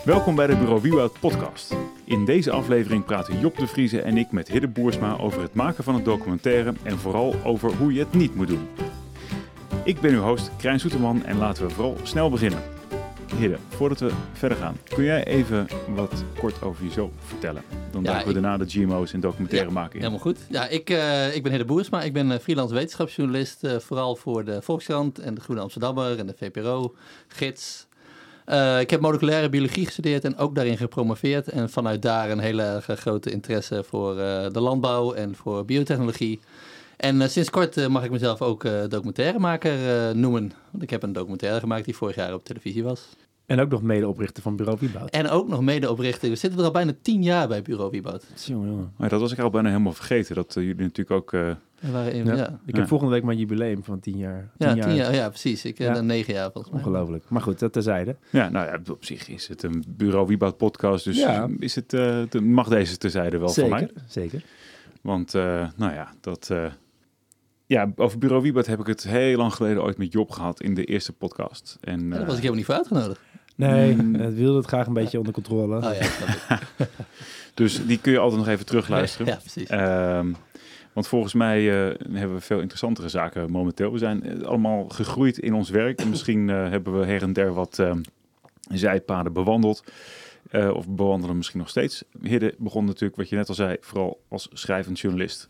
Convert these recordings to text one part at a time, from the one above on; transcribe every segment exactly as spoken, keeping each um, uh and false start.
Welkom bij de Bureau Wieboud podcast. In deze aflevering praten Job de Vrieze en ik met Hidde Boersma over het maken van een documentaire en vooral over hoe je het niet moet doen. Ik ben uw host Krijn Soeterman en laten we vooral snel beginnen. Hidde, voordat we verder gaan, kun jij even wat kort over jezelf vertellen? Dan Ja, duiken we ik... daarna de G M O's en documentaire ja, maken in. Helemaal goed. Ja, ik, uh, ik ben Hidde Boersma. Ik ben uh, freelance wetenschapsjournalist, uh, vooral voor de Volkskrant en de Groene Amsterdammer en de V P R O, gids. Uh, ik heb moleculaire biologie gestudeerd en ook daarin gepromoveerd. En vanuit daar een hele erg grote interesse voor uh, de landbouw en voor biotechnologie. En uh, sinds kort uh, mag ik mezelf ook uh, documentairemaker uh, noemen. Want ik heb een documentaire gemaakt die vorig jaar op televisie was. En ook nog medeoprichter van Bureau Wieboud. En ook nog medeoprichter. We zitten er al bijna tien jaar bij Bureau Wieboud. Jongen, jongen. Maar dat was ik al bijna helemaal vergeten, dat uh, jullie natuurlijk ook... Uh... We waren in, ja. ja. Ik heb Ja. volgende week mijn jubileum van tien jaar. Ja, tien jaar. tien jaar, ja, precies. Ik heb Ja. negen jaar volgens mij. Ongelooflijk. Maar goed, dat terzijde. Ja, nou ja, op zich is het een Bureau Wieboud podcast, dus Ja. is het, uh, de, mag deze terzijde wel Zeker, van mij. zeker. Want, uh, nou ja, dat... Uh, ja, over Bureau Wieboud heb ik het heel lang geleden ooit met Job gehad in de eerste podcast. En, Ja, uh, daar was ik helemaal niet voor uitgenodigd. Nee, Mm. het wilde het graag een beetje onder controle. Oh ja, snap ik. Dus die kun je altijd nog even terugluisteren. Ja, precies. Um, want volgens mij uh, hebben we veel interessantere zaken momenteel. We zijn uh, allemaal gegroeid in ons werk. En misschien uh, hebben we her en der wat uh, zijpaden bewandeld. Uh, of bewandelen misschien nog steeds. Hidde begon natuurlijk, wat je net al zei, vooral als schrijvend journalist.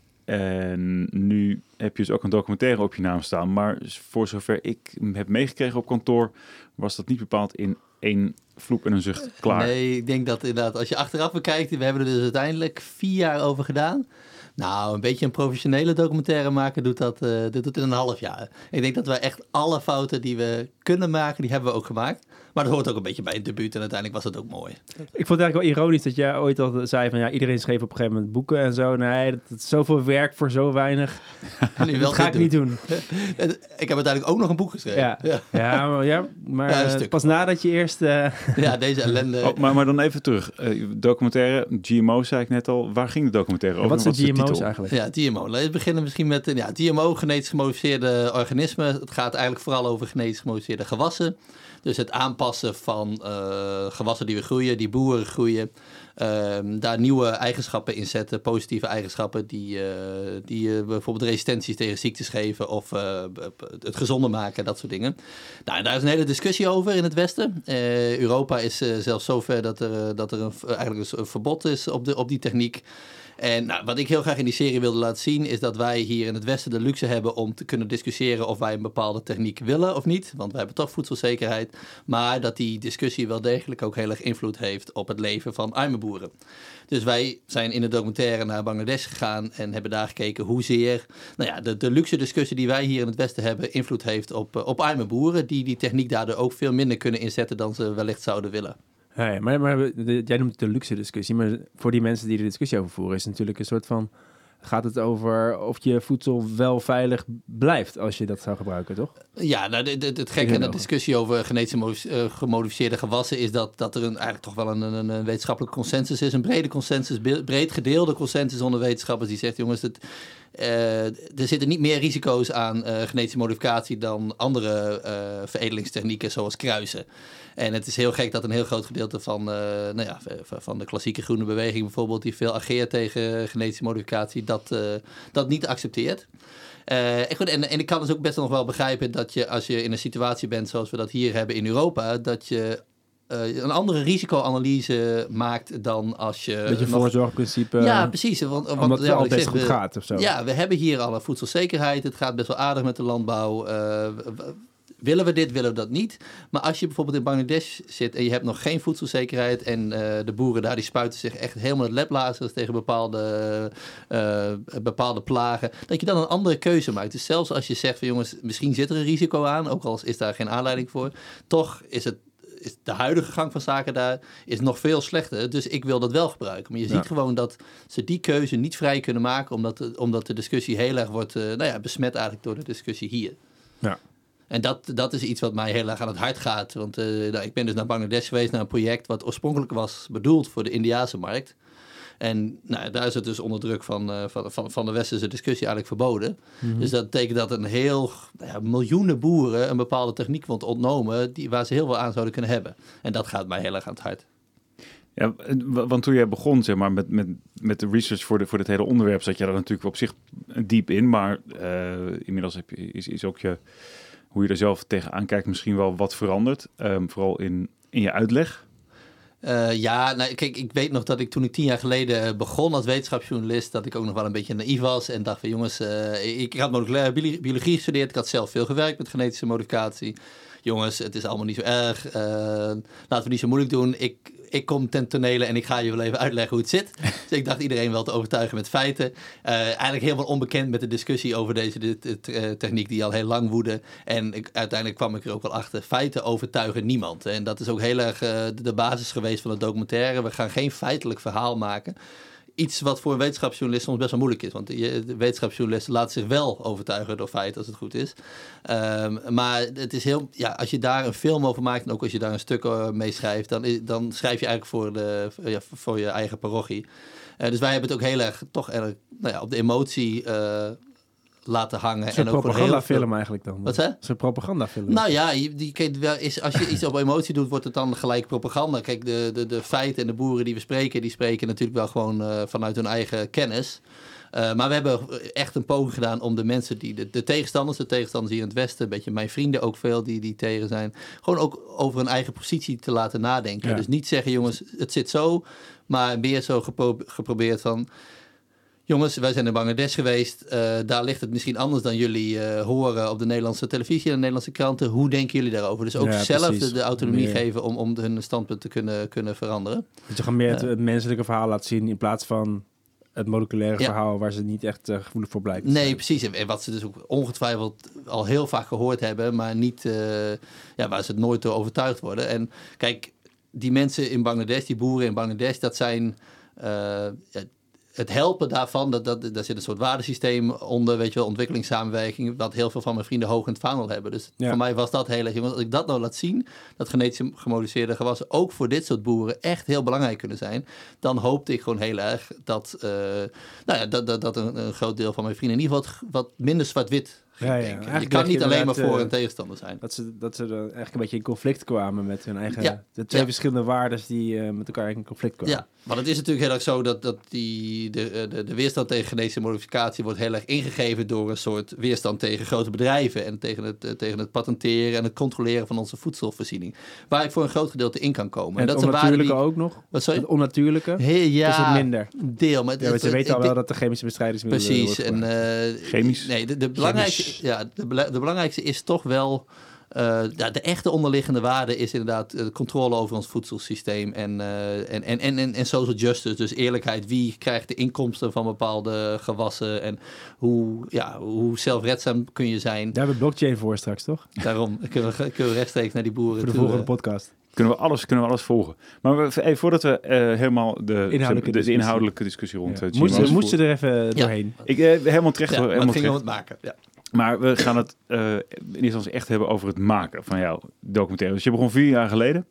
En nu heb je dus ook een documentaire op je naam staan. Maar voor zover ik heb meegekregen op kantoor, was dat niet bepaald in één vloep en een zucht klaar. Nee, ik denk dat inderdaad, als je achteraf bekijkt, we hebben er dus uiteindelijk vier jaar over gedaan. Nou, een beetje een professionele documentaire maken doet dat, uh, dit doet in een half jaar. Ik denk dat wij echt alle fouten die we kunnen maken, die hebben we ook gemaakt. Maar dat hoort ook een beetje bij het debuut en uiteindelijk was het ook mooi. Ik vond het eigenlijk wel ironisch dat jij ooit al zei van ja, iedereen schreef op een gegeven moment boeken en zo. Nee, dat, dat is zoveel werk voor zo weinig. Nu Dat ga ik doen. niet doen. Ik heb uiteindelijk ook nog een boek geschreven. Ja, ja. ja maar, ja, maar Ja, een uh, stuk. pas nadat je eerst... Uh... Ja, deze ellende. Oh, maar, maar dan even terug. Uh, documentaire, G M O zei ik net al. Waar ging de documentaire over? Wat zijn Wat is de G M O's titel? eigenlijk? Ja, G M O. Laten we beginnen misschien met ja, G M O, genetisch gemodificeerde organismen. Het gaat eigenlijk vooral over genetisch gemodificeerde gewassen. Dus het aanpassen van uh, gewassen die we groeien, die boeren groeien. Uh, daar nieuwe eigenschappen in zetten, positieve eigenschappen die, uh, die uh, bijvoorbeeld resistenties tegen ziektes geven of uh, het gezonder maken, dat soort dingen. Nou, daar is een hele discussie over in het Westen. Uh, Europa is uh, zelfs zover dat er, uh, dat er een, eigenlijk een verbod is op, de, op die techniek. En nou, wat ik heel graag in die serie wilde laten zien, is dat wij hier in het Westen de luxe hebben om te kunnen discussiëren of wij een bepaalde techniek willen of niet. Want wij hebben toch voedselzekerheid. Maar dat die discussie wel degelijk ook heel erg invloed heeft op het leven van arme boeren. Dus wij zijn in de documentaire naar Bangladesh gegaan en hebben daar gekeken hoezeer nou ja, de, de luxe discussie die wij hier in het Westen hebben invloed heeft op, op arme boeren. Die die techniek daardoor ook veel minder kunnen inzetten dan ze wellicht zouden willen. Ja, maar, maar de, jij noemt het de luxe discussie, maar voor die mensen die de discussie over voeren is het natuurlijk een soort van, gaat het over of je voedsel wel veilig blijft als je dat zou gebruiken, toch? Ja, nou, het, het, het gekke in de discussie over genetisch gemodificeerde gewassen is dat, dat er een, eigenlijk toch wel een, een, een wetenschappelijke consensus is, een brede consensus, breed gedeelde consensus onder wetenschappers die zegt, jongens, het, uh, er zitten niet meer risico's aan uh, genetische modificatie dan andere uh, veredelingstechnieken zoals kruisen. En het is heel gek dat een heel groot gedeelte van, uh, nou ja, van de klassieke groene beweging bijvoorbeeld, die veel ageert tegen genetische modificatie, dat, uh, dat niet accepteert. Uh, en, en, en ik kan dus ook best nog wel begrijpen dat je, als je in een situatie bent zoals we dat hier hebben in Europa, dat je uh, een andere risicoanalyse maakt dan als je... Beetje nog... voorzorgprincipe. Ja, precies. Want, want, omdat het ja, al best zeg, goed we, gaat of zo. Ja, we hebben hier al een voedselzekerheid. Het gaat best wel aardig met de landbouw. Uh, Willen we dit, willen we dat niet? Maar als je bijvoorbeeld in Bangladesh zit en je hebt nog geen voedselzekerheid en uh, de boeren daar die spuiten zich echt helemaal het leplazers tegen bepaalde, uh, bepaalde plagen, dat je dan een andere keuze maakt. Dus zelfs als je zegt van jongens, misschien zit er een risico aan, ook al is daar geen aanleiding voor, toch is het is de huidige gang van zaken daar is nog veel slechter. Dus ik wil dat wel gebruiken. Maar je ja. ziet gewoon dat ze die keuze niet vrij kunnen maken, omdat de, omdat de discussie heel erg wordt uh, nou ja, besmet eigenlijk door de discussie hier. Ja. En dat, dat is iets wat mij heel erg aan het hart gaat. Want uh, nou, ik ben dus naar Bangladesh geweest, naar een project wat oorspronkelijk was bedoeld voor de Indiase markt. En nou, daar is het dus onder druk van, uh, van, van, van de westerse discussie eigenlijk verboden. Mm-hmm. Dus dat betekent dat een heel nou ja, miljoenen boeren een bepaalde techniek wordt ontnomen die, waar ze heel veel aan zouden kunnen hebben. En dat gaat mij heel erg aan het hart. Ja, want toen jij begon, zeg maar, met, met, met de research voor, de, voor dit hele onderwerp, zat je daar natuurlijk op zich diep in, maar uh, inmiddels heb je, is, is ook je, hoe je er zelf tegenaan kijkt, misschien wel wat veranderd. Um, vooral in, in je uitleg. Uh, ja, nou, kijk, ik weet nog dat ik toen ik tien jaar geleden begon als wetenschapsjournalist, dat ik ook nog wel een beetje naïef was en dacht van jongens, uh, ik, ik had moleculaire biologie gestudeerd, ik had zelf veel gewerkt met genetische modificatie. Jongens, het is allemaal niet zo erg. Uh, laten we niet zo moeilijk doen. Ik, ik kom ten tonele en ik ga je wel even uitleggen hoe het zit. Dus ik dacht iedereen wel te overtuigen met feiten. Uh, eigenlijk helemaal onbekend met de discussie over deze de, de, de techniek die al heel lang woedde. En ik, uiteindelijk kwam ik er ook wel achter. Feiten overtuigen niemand. En dat is ook heel erg uh, de basis geweest van het documentaire. We gaan geen feitelijk verhaal maken. Iets wat voor een wetenschapsjournalist soms best wel moeilijk is. Want de wetenschapsjournalisten laten zich wel overtuigen door feiten als het goed is. Um, maar het is heel, ja, als je daar een film over maakt en ook als je daar een stuk mee schrijft, dan, is, dan schrijf je eigenlijk voor, de, ja, voor je eigen parochie. Uh, dus wij hebben het ook heel erg toch erg, nou ja, op de emotie uh, laten hangen. Zo'n propagandafilm veel... eigenlijk dan. Wat zei? Zo'n propagandafilm. Nou ja, die, die, is, als je iets op emotie doet, wordt het dan gelijk propaganda. Kijk, de, de, de feiten en de boeren die we spreken, die spreken natuurlijk wel gewoon uh, vanuit hun eigen kennis. Uh, maar we hebben echt een poging gedaan om de mensen die, de, de tegenstanders, de tegenstanders hier in het Westen, een beetje mijn vrienden ook veel die, die tegen zijn, gewoon ook over hun eigen positie te laten nadenken. Ja. Dus niet zeggen, jongens, het zit zo, maar meer zo gepro- geprobeerd van, jongens, wij zijn in Bangladesh geweest. Uh, daar ligt het misschien anders dan jullie uh, horen op de Nederlandse televisie en de Nederlandse kranten. Hoe denken jullie daarover? Dus ook ja, zelf de, de autonomie meer geven om, om hun standpunt te kunnen, kunnen veranderen. Dat je gewoon meer het, uh, het menselijke verhaal laat zien in plaats van het moleculaire ja. verhaal waar ze niet echt uh, gevoelig voor blijken. Nee, precies. En wat ze dus ook ongetwijfeld al heel vaak gehoord hebben, maar niet, uh, ja, waar ze het nooit door overtuigd worden. En kijk, die mensen in Bangladesh, die boeren in Bangladesh, dat zijn Uh, ja, het helpen daarvan, dat, dat, daar zit een soort waardesysteem onder, weet je wel, ontwikkelingssamenwerking, wat heel veel van mijn vrienden hoog in het vaandel hebben. Dus ja. voor mij was dat heel erg, jongens, als ik dat nou laat zien, dat genetisch gemodificeerde gewassen ook voor dit soort boeren echt heel belangrijk kunnen zijn, dan hoopte ik gewoon heel erg dat, uh, nou ja, dat, dat, dat een, een groot deel van mijn vrienden in ieder geval wat, wat minder zwart-wit Ja, ja. Je kan niet alleen maar voor uh, een tegenstander zijn. Dat ze, dat ze er eigenlijk een beetje in conflict kwamen met hun eigen... Ja. De twee ja. verschillende waarden die uh, met elkaar in conflict kwamen. Ja, want het is natuurlijk heel erg zo dat, dat die, de, de, de weerstand tegen genetische modificatie wordt heel erg ingegeven door een soort weerstand tegen grote bedrijven en tegen het, uh, tegen het patenteren en het controleren van onze voedselvoorziening. Waar ik voor een groot gedeelte in kan komen. En, en dat het onnatuurlijke die... ook nog? Wat zei je? Het onnatuurlijke? Hey, ja, is het minder? Deel. Maar ja, want je weet al wel dat de chemische bestrijdingsmiddelen precies. En, uh, Chemisch? Nee, de, de belangrijkste... Ja, de, de belangrijkste is toch wel Uh, ja, de echte onderliggende waarde is inderdaad uh, controle over ons voedselsysteem en, uh, en, en, en, en social justice. Dus eerlijkheid, wie krijgt de inkomsten van bepaalde gewassen en hoe, ja, hoe zelfredzaam kun je zijn. Daar hebben we blockchain voor straks, toch? Daarom kunnen we, kunnen we rechtstreeks naar die boeren voor de toe, volgende podcast. Kunnen we alles, kunnen we alles volgen. Maar we, even voordat we uh, helemaal de inhoudelijke, de, de inhoudelijke discussie rond ja. Moest, moest je er even doorheen? Ja. Ik, uh, helemaal terecht. Ja, helemaal het ging terecht. om het maken, ja. Maar we gaan het uh, in eerste instantie echt hebben over het maken van jouw documentaire. Dus je begon vier jaar geleden.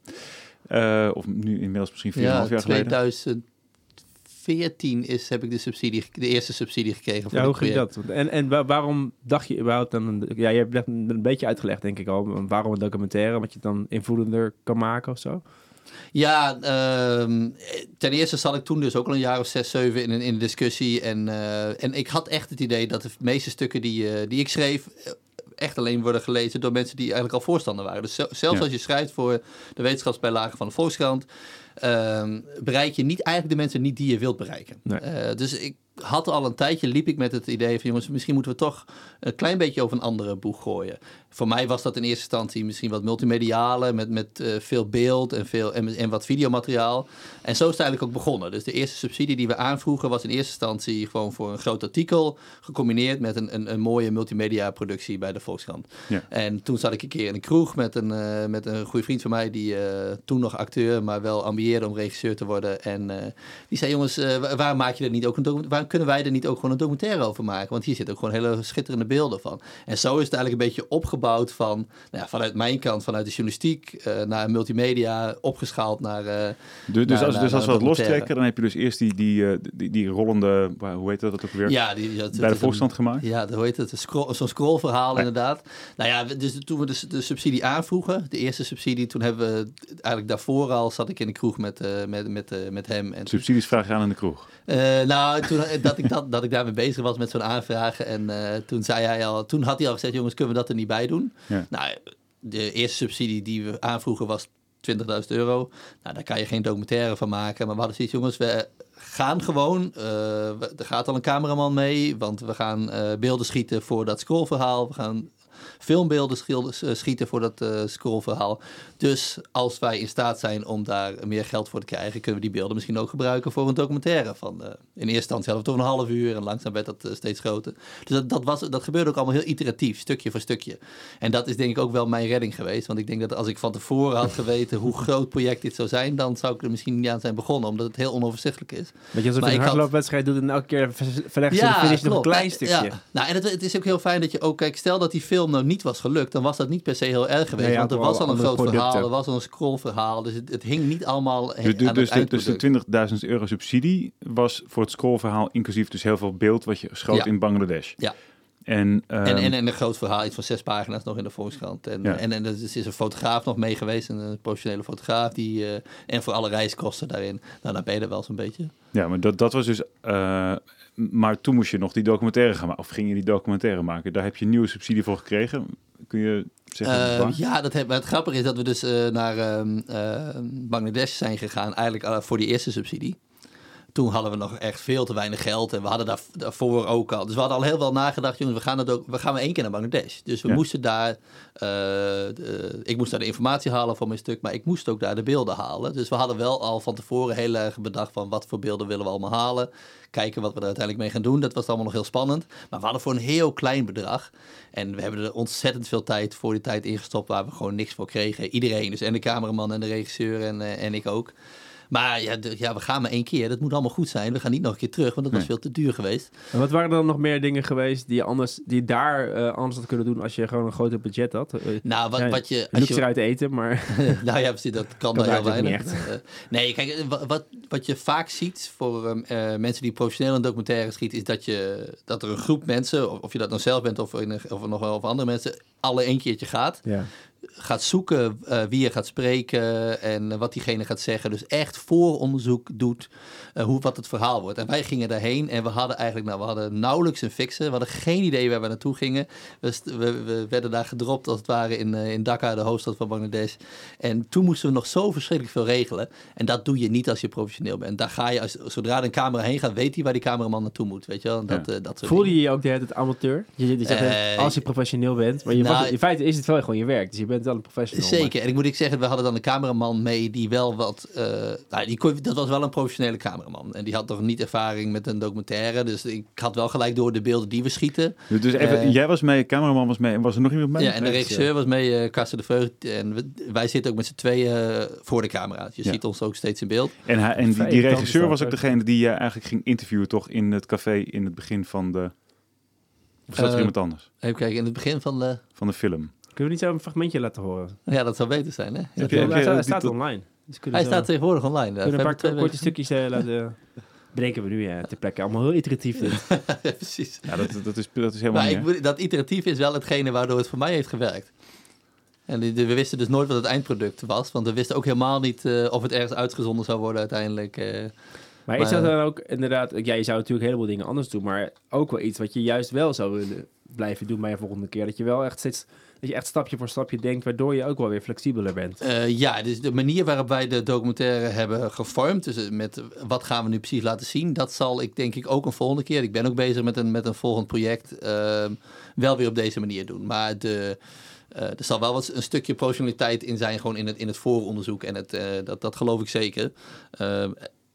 Uh, of nu inmiddels misschien vier en een half jaar geleden. tweeduizend veertien is, heb ik de, subsidie, de eerste subsidie gekregen. Voor ja, hoe ging dat? En, en waar, waarom dacht je überhaupt dan... Ja, je hebt een, een beetje uitgelegd, denk ik al. Waarom een documentaire? Wat je dan invloedender kan maken of zo? Ja, um, ten eerste zat ik toen dus ook al een jaar of zes, zeven in een, in een discussie. En, uh, en ik had echt het idee dat de meeste stukken die, uh, die ik schreef echt alleen worden gelezen door mensen die eigenlijk al voorstander waren. Dus zelfs ja. als je schrijft voor de wetenschapsbijlage van de Volkskrant, um, bereik je niet eigenlijk de mensen niet die je wilt bereiken. Nee. Uh, dus ik had al een tijdje, liep ik met het idee van jongens, misschien moeten we toch een klein beetje over een andere boeg gooien. Voor mij was dat in eerste instantie misschien wat multimediale, met, met uh, veel beeld en, veel, en, en wat videomateriaal. En zo is het eigenlijk ook begonnen. Dus de eerste subsidie die we aanvroegen was in eerste instantie gewoon voor een groot artikel, gecombineerd met een, een, een mooie multimedia productie bij de Volkskrant. Ja. En toen zat ik een keer in een kroeg met een, uh, met een goede vriend van mij, die uh, toen nog acteur, maar wel ambieerde om regisseur te worden. En uh, die zei, jongens, uh, waar maak je er niet ook een documentaire? Waarom kunnen wij er niet ook gewoon een documentaire over maken? Want hier zitten ook gewoon hele schitterende beelden van. En zo is het eigenlijk een beetje opgebouwd van, nou ja, vanuit mijn kant, vanuit de journalistiek, uh, naar multimedia, opgeschaald naar... Uh, dus, dus naar, als, naar, dus als we naar dat lostrekken, dan heb je dus eerst die, die, uh, die, die rollende, hoe heet dat ook weer? Ja, die, ja, bij de voorstand gemaakt. Ja, hoe heet het? Scroll, zo'n scrollverhaal ja. inderdaad. Nou ja, dus toen we de, de subsidie aanvroegen, de eerste subsidie, toen hebben we eigenlijk daarvoor al, zat ik in de kroeg met, uh, met, met, uh, met hem. En subsidies vraag je aan in de kroeg? Uh, nou, toen, dat, ik dat, dat ik daarmee bezig was met zo'n aanvraag. En uh, toen zei hij al, toen had hij al gezegd, jongens, kunnen we dat er niet bij doen? Ja. Nou, de eerste subsidie die we aanvroegen was twintigduizend euro. Nou, daar kan je geen documentaire van maken. Maar we hadden zoiets, jongens, we gaan gewoon. Uh, we, er gaat al een cameraman mee, want we gaan uh, beelden schieten voor dat scrollverhaal. We gaan filmbeelden schieten voor dat uh, scrollverhaal. Dus als wij in staat zijn om daar meer geld voor te krijgen, kunnen we die beelden misschien ook gebruiken voor een documentaire. Van, uh, in eerste instantie hadden we toch een half uur en langzaam werd dat uh, steeds groter. Dus dat, dat, was, dat gebeurde ook allemaal heel iteratief, stukje voor stukje. En dat is denk ik ook wel mijn redding geweest. Want ik denk dat als ik van tevoren had geweten hoe groot project dit zou zijn, dan zou ik er misschien niet aan zijn begonnen, omdat het heel onoverzichtelijk is. Want je als een hardloopwedstrijd doet en elke keer verleggen ze ja, de finish nog een klein ja, stukje. Ja. Nou, en het, het is ook heel fijn dat je ook, kijk, stel dat die film nou niet was gelukt, dan was dat niet per se heel erg geweest. Nee, want er was al een groot producten. verhaal, er was al een scrollverhaal. Dus het, het hing niet allemaal dus, aan dus, het eindproduct. Dus de twintigduizend euro subsidie was voor het scrollverhaal inclusief dus heel veel beeld wat je schoot ja. in Bangladesh. Ja. En, um, en, en, en een groot verhaal, iets van zes pagina's nog in de Volkskrant. En, ja. en, en er is een fotograaf nog mee geweest, een professionele fotograaf. Die, uh, en voor alle reiskosten daarin. Nou, daar ben je er wel zo'n beetje. Ja, maar dat, dat was dus... Uh, maar toen moest je nog die documentaire gaan maken. Of ging je die documentaire maken? Daar heb je een nieuwe subsidie voor gekregen. Kun je zeggen? Uh, ja, dat heb, het grappige is dat we dus uh, naar uh, uh, Bangladesh zijn gegaan. Eigenlijk uh, voor die eerste subsidie. Toen hadden we nog echt veel te weinig geld. En we hadden daar, daarvoor ook al. Dus we hadden al heel veel nagedacht. Jongens, we gaan, het ook, we gaan maar één keer naar Bangladesh. Dus we ja. moesten daar... Uh, de, ik moest daar de informatie halen voor mijn stuk. Maar ik moest ook daar de beelden halen. Dus we hadden wel al van tevoren heel erg bedacht van wat voor beelden willen we allemaal halen. Kijken wat we er uiteindelijk mee gaan doen. Dat was allemaal nog heel spannend. Maar we hadden voor een heel klein bedrag. En we hebben er ontzettend veel tijd voor die tijd ingestopt waar we gewoon niks voor kregen. Iedereen. Dus en de cameraman en de regisseur en, uh, en ik ook. Maar ja, de, ja, we gaan maar één keer. Dat moet allemaal goed zijn. We gaan niet nog een keer terug, want dat was nee. veel te duur geweest. En wat waren er dan nog meer dingen geweest die, anders, die je daar uh, anders had kunnen doen als je gewoon een groter budget had? Uh, nou, wat, ja, wat je... Luxe eruit eten, maar... nou ja, precies, dat kan daar heel weinig. Uh, nee, kijk, wat, wat je vaak ziet voor um, uh, mensen die professioneel een documentaire schieten, is dat, je, dat er een groep mensen, of, of je dat nou zelf bent of, in, of nog wel of andere mensen, alle één keertje gaat. Ja. Gaat zoeken uh, wie je gaat spreken en uh, wat diegene gaat zeggen. Dus echt vooronderzoek doet uh, hoe, wat het verhaal wordt. En wij gingen daarheen en we hadden eigenlijk nou, we hadden nauwelijks een fixer. We hadden geen idee waar we naartoe gingen. We, we, we werden daar gedropt als het ware in, uh, in Dhaka, de hoofdstad van Bangladesh. En toen moesten we nog zo verschrikkelijk veel regelen. En dat doe je niet als je professioneel bent. Daar ga je, als, zodra de camera heen gaat, weet hij waar die cameraman naartoe moet. Weet je wel? Dat, ja. uh, dat Voelde je je ook de hele tijd amateur? Je, je zegt, uh, als je professioneel bent. Maar je nou, was, in feite is het wel gewoon je werk. Dus je bent wel een professional. Zeker. Maar. En ik moet ik zeggen, we hadden dan een cameraman mee die wel wat... Uh, nou, die kon, dat was wel een professionele cameraman. En die had toch niet ervaring met een documentaire. Dus ik had wel gelijk door de beelden die we schieten. Dus even, uh, jij was mee, cameraman was mee. En was er nog iemand mee? Ja, en de regisseur ja. was mee, uh, Karsten de Veugd. En we, wij zitten ook met z'n tweeën uh, voor de camera. Je ja. ziet ons ook steeds in beeld. En, hij, en die, die regisseur was ook degene die je uh, eigenlijk ging interviewen, toch? In het café in het begin van de... Of zat er uh, iemand anders? Even kijken, in het begin van de... Van de film. Kunnen we niet zo een fragmentje laten horen? Ja, dat zou beter zijn, hè? Ja, dat hij staat, staat online. Dus hij zo... staat tegenwoordig online. Kunnen een paar korte stukjes uh, laten... Breken we nu ja, ter plekke. Allemaal heel iteratief dit. ja, precies. Ja, dat, dat, is, dat is helemaal maar niet, ik, dat iteratief is wel hetgene waardoor het voor mij heeft gewerkt. En die, die, we wisten dus nooit wat het eindproduct was. Want we wisten ook helemaal niet uh, of het ergens uitgezonden zou worden uiteindelijk. Uh, maar, maar is dat dan ook inderdaad... Ja, je zou natuurlijk een heleboel dingen anders doen. Maar ook wel iets wat je juist wel zou willen blijven doen bij een volgende keer. Dat je wel echt steeds... Dat je echt stapje voor stapje denkt, waardoor je ook wel weer flexibeler bent. Uh, ja, dus de manier waarop wij de documentaire hebben gevormd, dus met wat gaan we nu precies laten zien, dat zal ik denk ik ook een volgende keer, ik ben ook bezig met een, met een volgend project, uh, wel weer op deze manier doen. Maar de, uh, er zal wel wat een stukje professionaliteit in zijn, gewoon in het, in het vooronderzoek en het, uh, dat, dat geloof ik zeker. Uh,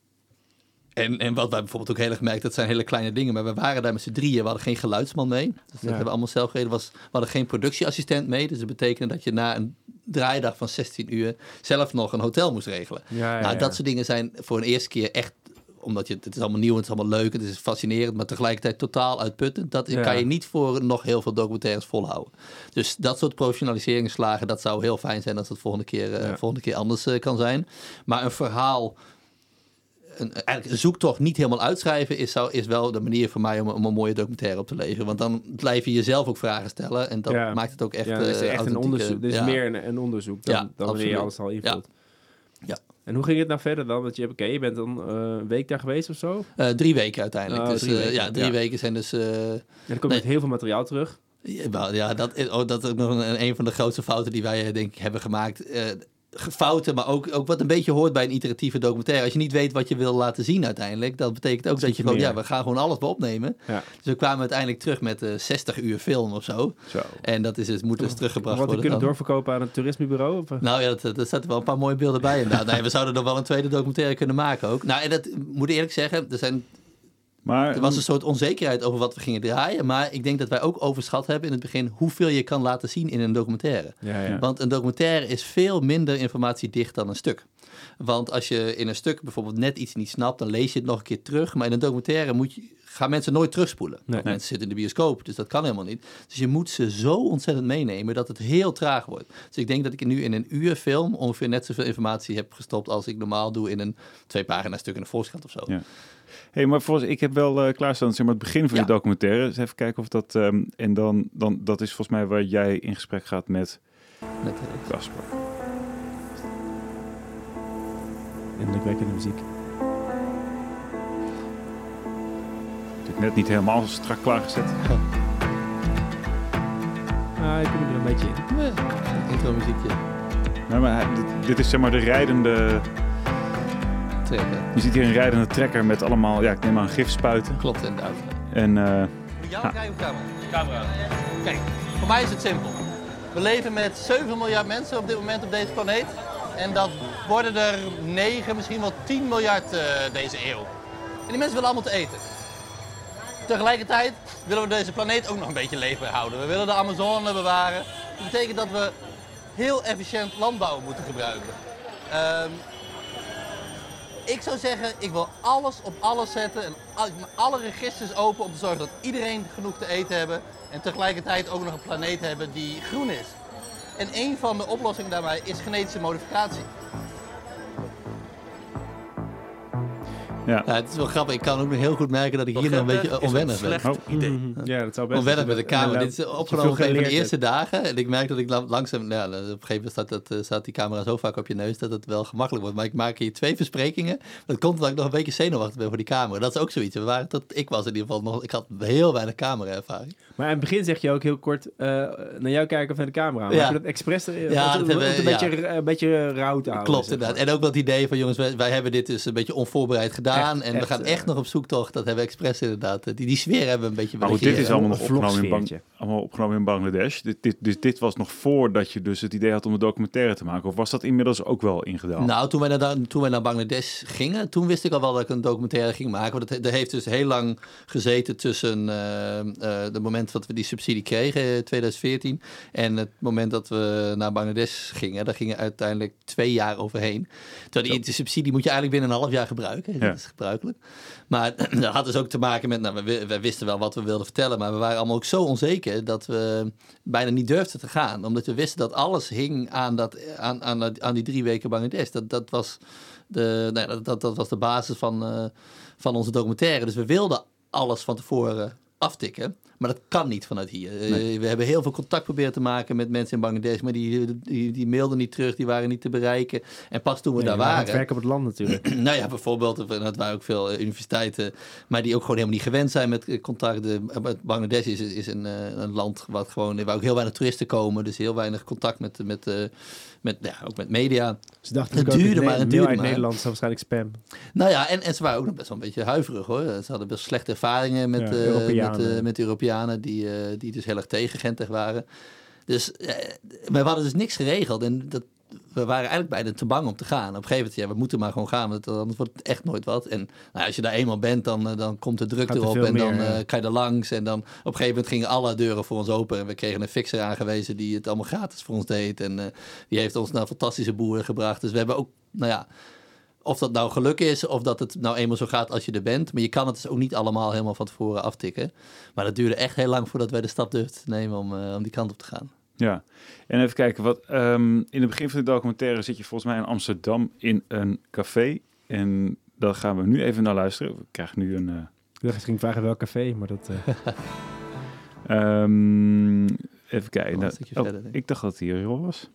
En, en wat wij bijvoorbeeld ook heel erg gemerkt, dat zijn hele kleine dingen. Maar we waren daar met z'n drieën. We hadden geen geluidsman mee. Dus dat ja. hebben we allemaal zelf gereden. Was, we hadden geen productieassistent mee. Dus dat betekende dat je na een draaidag van zestien uur zelf nog een hotel moest regelen. Ja, ja, nou, dat ja. soort dingen zijn voor een eerste keer echt omdat je, het is allemaal nieuw, het is allemaal leuk, het is fascinerend, maar tegelijkertijd totaal uitputtend. Dat Ja. kan je niet voor nog heel veel documentaires volhouden. Dus dat soort professionaliseringsslagen, dat zou heel fijn zijn als het volgende keer, uh, Ja. volgende keer anders uh, kan zijn. Maar een verhaal, een, eigenlijk een zoektocht niet helemaal uitschrijven is, zou, is wel de manier voor mij om, om een mooie documentaire op te leveren. Want dan blijf je jezelf ook vragen stellen en dat Ja. maakt het ook echt. Ja, dat is uh, echt een authentieke- onderzoek. Dit is ja. meer een, een onderzoek dan, Ja, dan wanneer je absoluut. alles al invult. Ja. En hoe ging het nou verder dan? Want je, oké, je bent dan uh, een week daar geweest of zo? Uh, drie weken uiteindelijk. Oh, dus drie uh, weken. ja, drie Ja. weken zijn dus. Uh, En dan kom je Nee. met heel veel materiaal terug. Ja, ja, dat is, oh, dat is ook nog een, een van de grootste fouten die wij denk ik hebben gemaakt. Uh, fouten, maar ook, ook wat een beetje hoort bij een iteratieve documentaire. Als je niet weet wat je wil laten zien uiteindelijk, dat betekent ook dat je gewoon, meer. ja, we gaan gewoon alles opnemen. Ja. Dus we kwamen uiteindelijk terug met uh, zestig uur film of zo. Zo. En dat is dus, moet dus teruggebracht Wat we worden. kunnen dan. doorverkopen aan het toerismebureau? Of? Nou ja, dat- daar zaten wel een paar mooie beelden bij inderdaad. Nee, we zouden er wel een tweede documentaire kunnen maken ook. Nou, en dat moet ik eerlijk zeggen, er zijn Maar Er was een soort onzekerheid over wat we gingen draaien. Maar ik denk dat wij ook overschat hebben in het begin hoeveel je kan laten zien in een documentaire. Ja, ja. Want een documentaire is veel minder informatiedicht dan een stuk. Want als je in een stuk bijvoorbeeld net iets niet snapt, dan lees je het nog een keer terug. Maar in een documentaire moet je, gaan mensen nooit terugspoelen. Nee. Mensen zitten in de bioscoop, dus dat kan helemaal niet. Dus je moet ze zo ontzettend meenemen dat het heel traag wordt. Dus ik denk dat ik nu in een uur film ongeveer net zoveel informatie heb gestopt als ik normaal doe in een twee pagina stuk in de Volkskrant of zo. Ja. Hey, maar volgens ik heb wel uh, klaarstaan zeg maar, het begin van Ja. die documentaire. Dus even kijken of dat... Um, en dan, dan, dat is volgens mij waar jij in gesprek gaat met Met, uh, Casper. Indrukwekkende muziek. Dit net niet helemaal strak klaargezet. Ah, ik kom er een beetje in. eh, intro muziekje. Nou, maar hij- dit, dit is zeg maar de rijdende... Trekken. Je ziet hier een rijdende trekker met allemaal, ja, ik neem aan gifspuiten. Klopt inderdaad. En uh, Met jou krijg je camera? Camera. Kijk, voor mij is het simpel. We leven met zeven miljard mensen op dit moment op deze planeet. En dat worden er negen, misschien wel tien miljard uh, deze eeuw. En die mensen willen allemaal te eten. Tegelijkertijd willen we deze planeet ook nog een beetje leefbaar houden. We willen de Amazone bewaren. Dat betekent dat we heel efficiënt landbouw moeten gebruiken. Um, Ik zou zeggen, ik wil alles op alles zetten en alle registers open om te zorgen dat iedereen genoeg te eten hebben en tegelijkertijd ook nog een planeet hebben die groen is. En een van de oplossingen daarbij is genetische modificatie. ja. Ja, het is wel grappig. Ik kan ook nog heel goed merken dat ik hier nog een beetje onwennig ben. Oh. idee. Ja, dat zou best Onwennig met de camera. Dit is opgenomen op een van de eerste dagen. En ik merk dat ik langzaam... Nou, op een gegeven moment staat, dat, staat die camera zo vaak op je neus dat het wel gemakkelijk wordt. Maar ik maak hier twee versprekingen. Dat komt omdat ik nog een beetje zenuwachtig ben voor die camera. Dat is ook zoiets. We waren tot, ik was in ieder geval nog... Ik had heel weinig camera-ervaring. Maar in het begin zeg je ook heel kort uh, naar jou kijken of naar de camera. Maar Ja. heb je dat expres er, Ja, dat dat hebben, hebben een, we- beetje, ja. een beetje rauw te houden. Klopt, zeg maar. inderdaad. En ook dat idee van, jongens, wij, wij hebben dit dus een beetje onvoorbereid gedaan. Echt, en we echt, gaan echt uh, nog op zoektocht. Dat hebben we expres inderdaad. Die, die sfeer hebben we een beetje Maar willen goed, dit is creëren. allemaal nog Een opgenomen in, Bang, vlogsfeertje. allemaal opgenomen in Bangladesh. Dit, dit, dus dit was nog voordat je dus het idee had om een documentaire te maken. Of was dat inmiddels ook wel ingedaan? Nou, toen wij, naar, toen wij naar Bangladesh gingen, toen wist ik al wel dat ik een documentaire ging maken. Want het, er heeft dus heel lang gezeten tussen uh, uh, het moment dat we die subsidie kregen, in twintig veertien, en het moment dat we naar Bangladesh gingen. Daar gingen uiteindelijk twee jaar overheen. Terwijl die, die subsidie moet je eigenlijk binnen een half jaar gebruiken. Ja. Dat is gebruikelijk. Maar dat had dus ook te maken met, nou, we, we wisten wel wat we wilden vertellen, maar we waren allemaal ook zo onzeker dat we bijna niet durfden te gaan. Omdat we wisten dat alles hing aan, dat, aan, aan, aan die drie weken Bangladesh. Dat, dat, was de, nee, dat, dat, dat was de basis van, uh, van onze documentaire. Dus we wilden alles van tevoren aftikken. Maar dat kan niet vanuit hier. Nee. Uh, we hebben heel veel contact proberen te maken met mensen in Bangladesh, maar die, die, die mailden niet terug, die waren niet te bereiken. En pas toen we Nee, daar we waren... Het werken op het land natuurlijk. Nou ja, bijvoorbeeld, dat waren ook veel universiteiten, maar die ook gewoon helemaal niet gewend zijn met contacten. Bangladesh is, is een, een land wat gewoon, waar ook heel weinig toeristen komen, dus heel weinig contact met, met, met ja, ook met media. Ze dachten het ook duurde het maar, ne- het mail duurde uit maar. Nederland is waarschijnlijk spam. Nou ja, en, en ze waren ook nog best wel een beetje huiverig hoor. Ze hadden best slechte ervaringen met, Ja, uh, Europeanen. met, uh, met Europeanen die, uh, die dus heel erg tegen Gentig waren. Dus uh, we hadden dus niks geregeld en dat, we waren eigenlijk bijna te bang om te gaan. Op een gegeven moment, ja, we moeten maar gewoon gaan, want anders wordt het echt nooit wat. En nou, als je daar eenmaal bent, dan, dan komt de druk Gaat er erop veel en dan meer, uh, ja. kan je er langs. En dan op een gegeven moment gingen alle deuren voor ons open en we kregen een fixer aangewezen die het allemaal gratis voor ons deed. En uh, die heeft ons naar fantastische boeren gebracht. Dus we hebben ook, nou ja, of dat nou geluk is, of dat het nou eenmaal zo gaat als je er bent. Maar je kan het dus ook niet allemaal helemaal van tevoren aftikken. Maar dat duurde echt heel lang voordat wij de stap durfden te nemen om, uh, om die kant op te gaan. Ja, en even kijken. Wat, um, in het begin van de documentaire zit je volgens mij in Amsterdam in een café. En daar gaan we nu even naar luisteren. We krijgen nu een... Uh... Ik dacht, ik ging vragen welk café, maar dat... Uh... um, even kijken. Oh, nou, oh, verder, denk ik. ik dacht dat het hier was.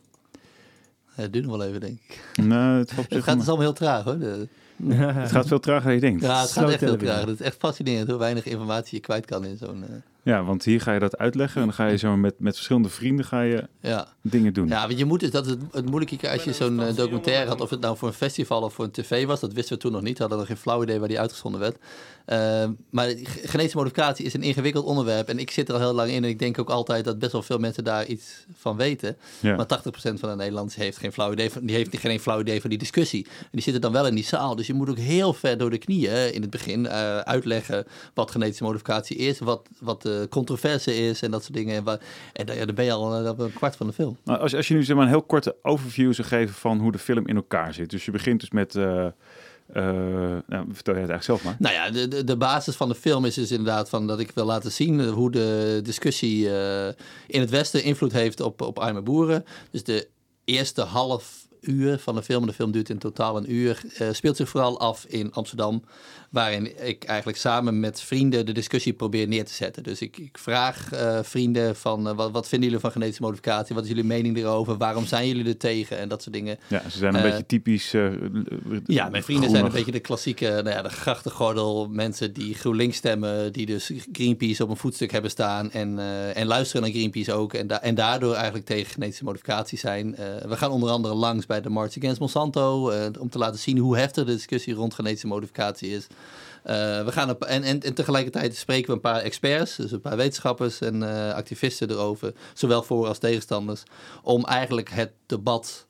Het duurt nog wel even, denk ik. Nou, het, het gaat dus allemaal heel traag, hoor. De... het gaat veel trager dan je denkt. Ja, het gaat echt heel traag. Het is echt fascinerend hoe weinig informatie je kwijt kan in zo'n... Uh... Ja, want hier ga je dat uitleggen en dan ga je zo met, met verschillende vrienden ga je ja. dingen doen. Ja, want je moet dus, dat is het, het moeilijke als je zo'n uh, documentaire had, of het nou voor een festival of voor een tv was, dat wisten we toen nog niet. We hadden nog geen flauw idee waar die uitgezonden werd. Uh, maar genetische modificatie is een ingewikkeld onderwerp en ik zit er al heel lang in en ik denk ook altijd dat best wel veel mensen daar iets van weten. Ja. Maar tachtig procent van de Nederlanders heeft geen flauw idee van, die heeft geen flauw idee van die discussie. En die zitten dan wel in die zaal, dus je moet ook heel ver door de knieën in het begin uh, uitleggen wat genetische modificatie is, wat, wat de controverse is en dat soort dingen. En, waar, en dan, ja, dan ben je al uh, een kwart van de film. Nou, als, als je nu zeg maar een heel korte overview zou geven van hoe de film in elkaar zit. Dus je begint dus met... Uh, uh, nou, vertel je het eigenlijk zelf maar. Nou ja, de, de, de basis van de film is dus inderdaad van dat ik wil laten zien hoe de discussie uh, in het Westen invloed heeft op, op arme boeren. Dus de eerste half uur van de film, de film duurt in totaal een uur, uh, speelt zich vooral af in Amsterdam, waarin ik eigenlijk samen met vrienden de discussie probeer neer te zetten. Dus ik, ik vraag uh, vrienden van, uh, wat, wat vinden jullie van genetische modificatie? Wat is jullie mening erover? Waarom zijn jullie er tegen? En dat soort dingen. Ja, ze zijn een uh, beetje typisch... Uh, ja, mijn vrienden groenig. Zijn een beetje de klassieke, nou ja, de grachtengordel, mensen die GroenLinks stemmen, die dus Greenpeace op een voetstuk hebben staan en, uh, en luisteren naar Greenpeace ook en, da- en daardoor eigenlijk tegen genetische modificatie zijn. Uh, we gaan onder andere langs bij de March Against Monsanto, uh, om te laten zien hoe heftig de discussie rond genetische modificatie is. Uh, we gaan op, en, en, en tegelijkertijd spreken we een paar experts, dus een paar wetenschappers en uh, activisten erover, zowel voor als tegenstanders, om eigenlijk het debat,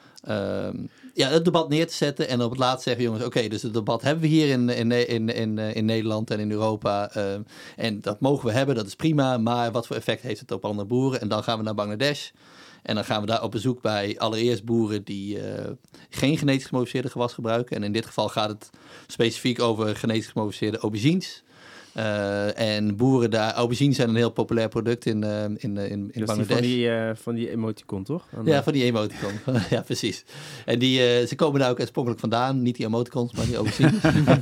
uh, ja, het debat neer te zetten en op het laatst zeggen, jongens, oké, okay, dus het debat hebben we hier in, in, in, in, in Nederland en in Europa uh, en dat mogen we hebben, dat is prima, maar wat voor effect heeft het op andere boeren? En dan gaan we naar Bangladesh. En dan gaan we daar op bezoek bij allereerst boeren die uh, geen genetisch gemodificeerde gewas gebruiken. En in dit geval gaat het specifiek over genetisch gemodificeerde aubergines. Uh, en boeren daar... Aubergines zijn een heel populair product in, uh, in, in, in dat Bangladesh. Van die, uh, van die emoticon, toch? Aan ja, de... van die emoticon. Ja, precies. En die, uh, ze komen daar ook oorspronkelijk vandaan. Niet die emoticons, maar die aubergines.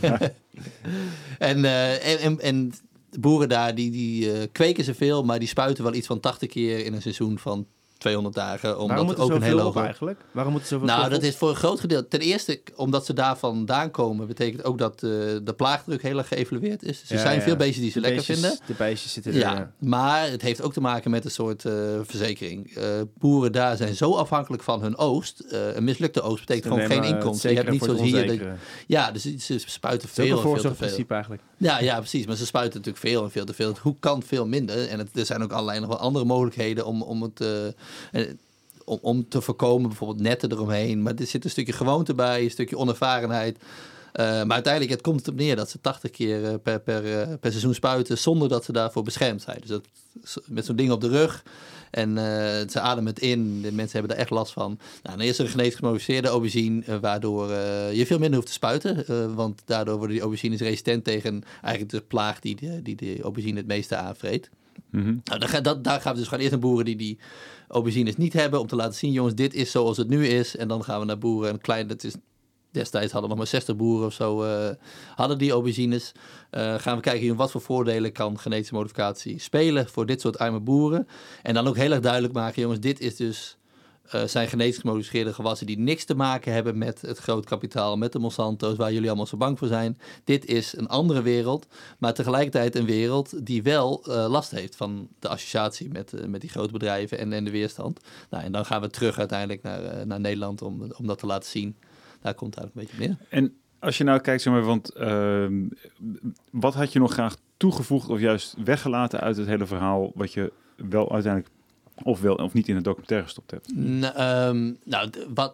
en, uh, en, en, en de boeren daar, die, die uh, kweken ze veel, maar die spuiten wel iets van tachtig keer in een seizoen van tweehonderd dagen. Omdat Waarom moet er ook een hele hoge... eigenlijk? Waarom moet er zoveel Nou, op? dat is voor een groot gedeelte. Ten eerste, omdat ze daar vandaan komen, betekent ook dat uh, de plaagdruk heel erg geëvalueerd is. Dus er ja, zijn ja. veel beestjes die ze de lekker beestjes, vinden. De beestjes zitten er. Ja, ja, maar het heeft ook te maken met een soort uh, verzekering. Uh, boeren daar zijn zo afhankelijk van hun oogst. Uh, een mislukte oogst betekent gewoon geen inkomsten. Je hebt niet zoals hier. Dat, ja, dus ze spuiten veel en veel te veel. Eigenlijk. Ja, ja, precies. Maar ze spuiten natuurlijk veel en veel te veel. Hoe kan veel minder? En het, er zijn ook allerlei nog wel andere mogelijkheden om, om het... Uh, Om, om te voorkomen, bijvoorbeeld netten eromheen. Maar er zit een stukje gewoonte bij, een stukje onervarenheid. Uh, maar uiteindelijk, het komt het op neer dat ze tachtig keer uh, per, per, uh, per seizoen spuiten zonder dat ze daarvoor beschermd zijn. Dus dat, met zo'n ding op de rug en uh, ze ademen het in. De mensen hebben er echt last van. Nou, dan is er een genetisch gemodificeerde aubergine, uh, waardoor uh, je veel minder hoeft te spuiten. Uh, want daardoor worden die aubergines resistent tegen eigenlijk de plaag die de, die de aubergine het meeste aanvreet. Mm-hmm. Nou, daar, dat, daar gaan we dus gewoon eerst naar boeren die die aubergines niet hebben, om te laten zien, jongens, dit is zoals het nu is. En dan gaan we naar boeren, en klein, dat is, destijds hadden nog maar zestig boeren of zo, uh, hadden die aubergines. Uh, gaan we kijken, wat voor voordelen kan genetische modificatie spelen voor dit soort arme boeren. En dan ook heel erg duidelijk maken, jongens, dit is dus... Uh, zijn genetisch gemodificeerde gewassen die niks te maken hebben met het groot kapitaal, met de Monsanto's, waar jullie allemaal zo bang voor zijn. Dit is een andere wereld, maar tegelijkertijd een wereld die wel uh, last heeft van de associatie met, uh, met die grote bedrijven en, en de weerstand. Nou, en dan gaan we terug uiteindelijk naar, uh, naar Nederland om, om dat te laten zien. Daar komt het eigenlijk een beetje meer. En als je nou kijkt, zeg maar, want uh, wat had je nog graag toegevoegd of juist weggelaten uit het hele verhaal, wat je wel uiteindelijk of wel of niet in een documentaire gestopt hebt? Nou, um, nou d- wat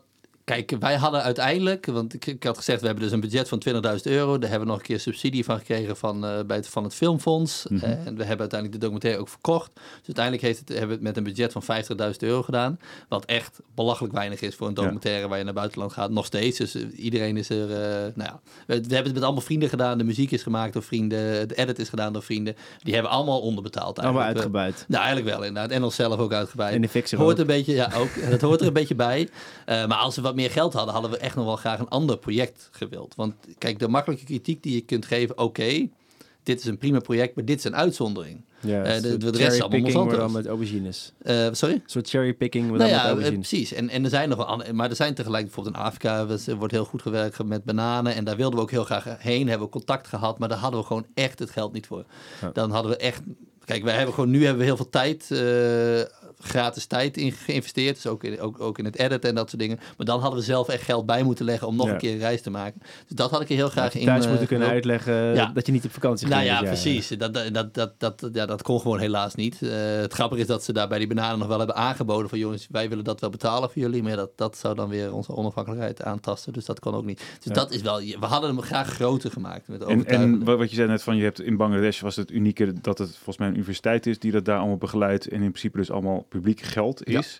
kijk, wij hadden uiteindelijk, want ik, ik had gezegd, we hebben dus een budget van twintigduizend euro. Daar hebben we nog een keer subsidie van gekregen van, uh, bij het, van het Filmfonds. Mm-hmm. Uh, en we hebben uiteindelijk de documentaire ook verkocht. Dus uiteindelijk heeft het, hebben we het met een budget van vijftigduizend euro gedaan. Wat echt belachelijk weinig is voor een documentaire ja. waar je naar buitenland gaat. Nog steeds. Dus uh, iedereen is er, uh, nou ja, we, we hebben het met allemaal vrienden gedaan. De muziek is gemaakt door vrienden. De edit is gedaan door vrienden. Die hebben allemaal onderbetaald eigenlijk. Allemaal uitgebuit. Nou, eigenlijk wel inderdaad. En onszelf ook uitgebuit. En de fixer hoort ook. een beetje, ja, ook. Dat hoort er een beetje bij. Uh, maar als we wat meer geld hadden, hadden we echt nog wel graag een ander project gewild. Want kijk, de makkelijke kritiek die je kunt geven, oké, okay, dit is een prima project, maar dit is een uitzondering. Ja, uh, de, de, de rest is allemaal Monsanto. Dan met aubergines. Uh, sorry? Een soort cherrypicking nou ja, met aubergines. Precies. En, en er zijn nog wel andere, maar er zijn tegelijk bijvoorbeeld in Afrika, er wordt heel goed gewerkt met bananen en daar wilden we ook heel graag heen, hebben we contact gehad, maar daar hadden we gewoon echt het geld niet voor. Ja. Dan hadden we echt, kijk, wij hebben gewoon, nu hebben we heel veel tijd, uh, gratis tijd in geïnvesteerd, dus ook in, ook, ook in het editen en dat soort dingen. Maar dan hadden we zelf echt geld bij moeten leggen om nog ja. een keer een reis te maken. Dus dat had ik er heel graag ja, in. Thuis uh, moeten kunnen uitleggen ja. dat je niet op vakantie nou ging. Ja, ja, precies. Ja. Dat, dat, dat, dat, ja, dat kon gewoon helaas niet. Uh, het grappige is dat ze daar bij die bananen nog wel hebben aangeboden van jongens, wij willen dat wel betalen voor jullie, maar dat, dat zou dan weer onze onafhankelijkheid aantasten. Dus dat kan ook niet. Dus ja. dat is wel, we hadden hem graag groter gemaakt. Met en, en wat je zei net van, je hebt in Bangladesh was het unieke dat het volgens mij een universiteit is die dat daar allemaal begeleidt en in principe dus allemaal publiek geld is.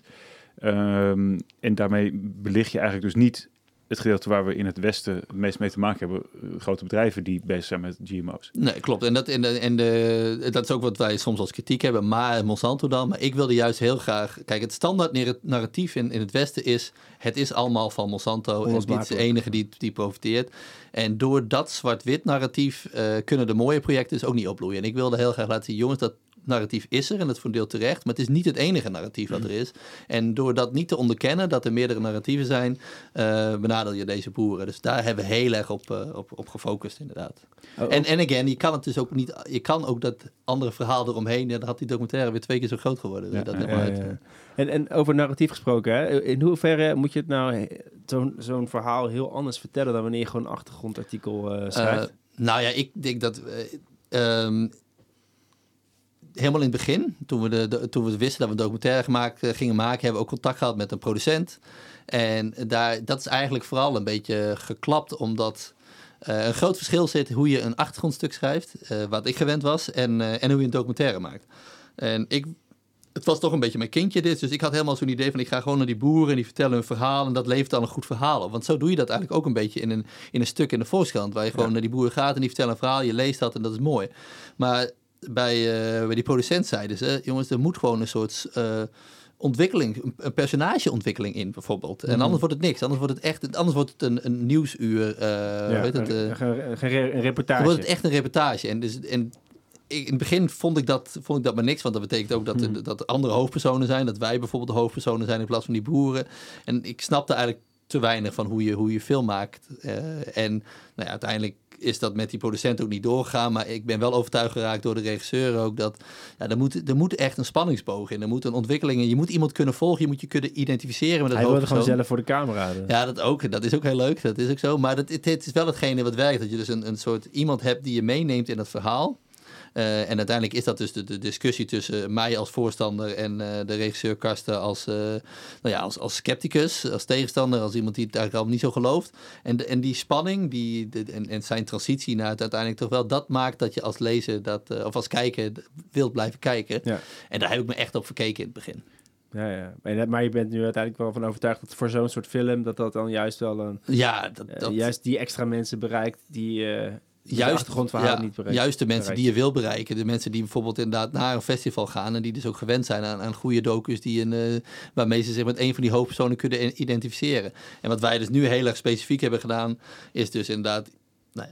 Ja. Um, en daarmee belicht je eigenlijk dus niet het gedeelte waar we in het Westen het meest mee te maken hebben, uh, grote bedrijven die bezig zijn met G M O's. Nee, klopt. En, dat, en, de, en de, dat is ook wat wij soms als kritiek hebben, maar Monsanto dan. Maar ik wilde juist heel graag, kijk, het standaard narratief in, in het Westen is, het is allemaal van Monsanto en dit is de enige die, die profiteert. En door dat zwart-wit narratief uh, kunnen de mooie projecten dus ook niet opbloeien. En ik wilde heel graag laten zien, jongens, dat narratief is er en dat voor een deel terecht, maar het is niet het enige narratief wat er is. En door dat niet te onderkennen, dat er meerdere narratieven zijn, uh, benadeel je deze boeren. Dus daar hebben we heel erg op, uh, op, op gefocust inderdaad. Oh, en, en again, je kan het dus ook niet, je kan ook dat andere verhaal eromheen, ja, dan had die documentaire weer twee keer zo groot geworden. Ja, dat ja, ja, ja. En, en over narratief gesproken, hè? In hoeverre moet je het nou zo'n, zo'n verhaal heel anders vertellen dan wanneer je gewoon een achtergrondartikel uh, schrijft? Uh, nou ja, ik denk dat Uh, um, helemaal in het begin, toen we, de, de, toen we wisten dat we een documentaire gemaakt, uh, gingen maken, hebben we ook contact gehad met een producent. En daar, dat is eigenlijk vooral een beetje geklapt, omdat uh, een groot verschil zit hoe je een achtergrondstuk schrijft, uh, wat ik gewend was, en, uh, en hoe je een documentaire maakt. En ik, het was toch een beetje mijn kindje dit, dus ik had helemaal zo'n idee van ik ga gewoon naar die boeren en die vertellen hun verhaal en dat levert dan een goed verhaal op. Want zo doe je dat eigenlijk ook een beetje in een, in een stuk in de Volkskrant, waar je gewoon ja. naar die boeren gaat en die vertellen een verhaal, je leest dat en dat is mooi. Maar Bij, uh, bij die producent zeiden ze, jongens, er moet gewoon een soort uh, ontwikkeling, een, een personageontwikkeling in, bijvoorbeeld. En mm. anders wordt het niks. Anders wordt het echt, anders wordt het een, een nieuwsuur. Uh, ja, weet het, uh, een, een, een reportage. Dan wordt het echt een reportage. En, dus, en ik, in het begin vond ik, dat, vond ik dat maar niks, want dat betekent ook dat, mm. dat er andere hoofdpersonen zijn, dat wij bijvoorbeeld de hoofdpersonen zijn in plaats van die boeren. En ik snapte eigenlijk te weinig van hoe je, hoe je film maakt. Uh, en nou ja, uiteindelijk is dat met die producent ook niet doorgegaan. Maar ik ben wel overtuigd geraakt door de regisseur ook dat ja, er, moet, er moet echt een spanningsboog in. Er moet een ontwikkeling in. Je moet iemand kunnen volgen. Je moet je kunnen identificeren met het Hij wilde gewoon zelf voor de camera. Dus. Ja, dat ook. Dat is ook heel leuk. Dat is ook zo. Maar dat, het, het is wel hetgene wat werkt. Dat je dus een, een soort iemand hebt die je meeneemt in het verhaal. Uh, en uiteindelijk is dat dus de, de discussie tussen mij als voorstander en uh, de regisseur Karsten als, uh, nou ja, als, als scepticus, als tegenstander, als iemand die het eigenlijk al niet zo gelooft. En, de, en die spanning die, de, en, en zijn transitie naar het uiteindelijk toch wel, dat maakt dat je als lezer, dat, uh, of als kijker, wilt blijven kijken. Ja. En daar heb ik me echt op verkeken in het begin. Ja, ja. Maar je bent nu uiteindelijk wel van overtuigd dat voor zo'n soort film, dat dat dan juist wel een, ja, dat, dat, uh, juist die extra mensen bereikt die Uh, Juist, ja, niet bereikt, juist de mensen bereikt. die je wil bereiken. De mensen die bijvoorbeeld inderdaad naar een festival gaan en die dus ook gewend zijn aan, aan goede docus die een, uh, waarmee ze zich met een van die hoofdpersonen kunnen identificeren. En wat wij dus nu heel erg specifiek hebben gedaan, is dus inderdaad nou,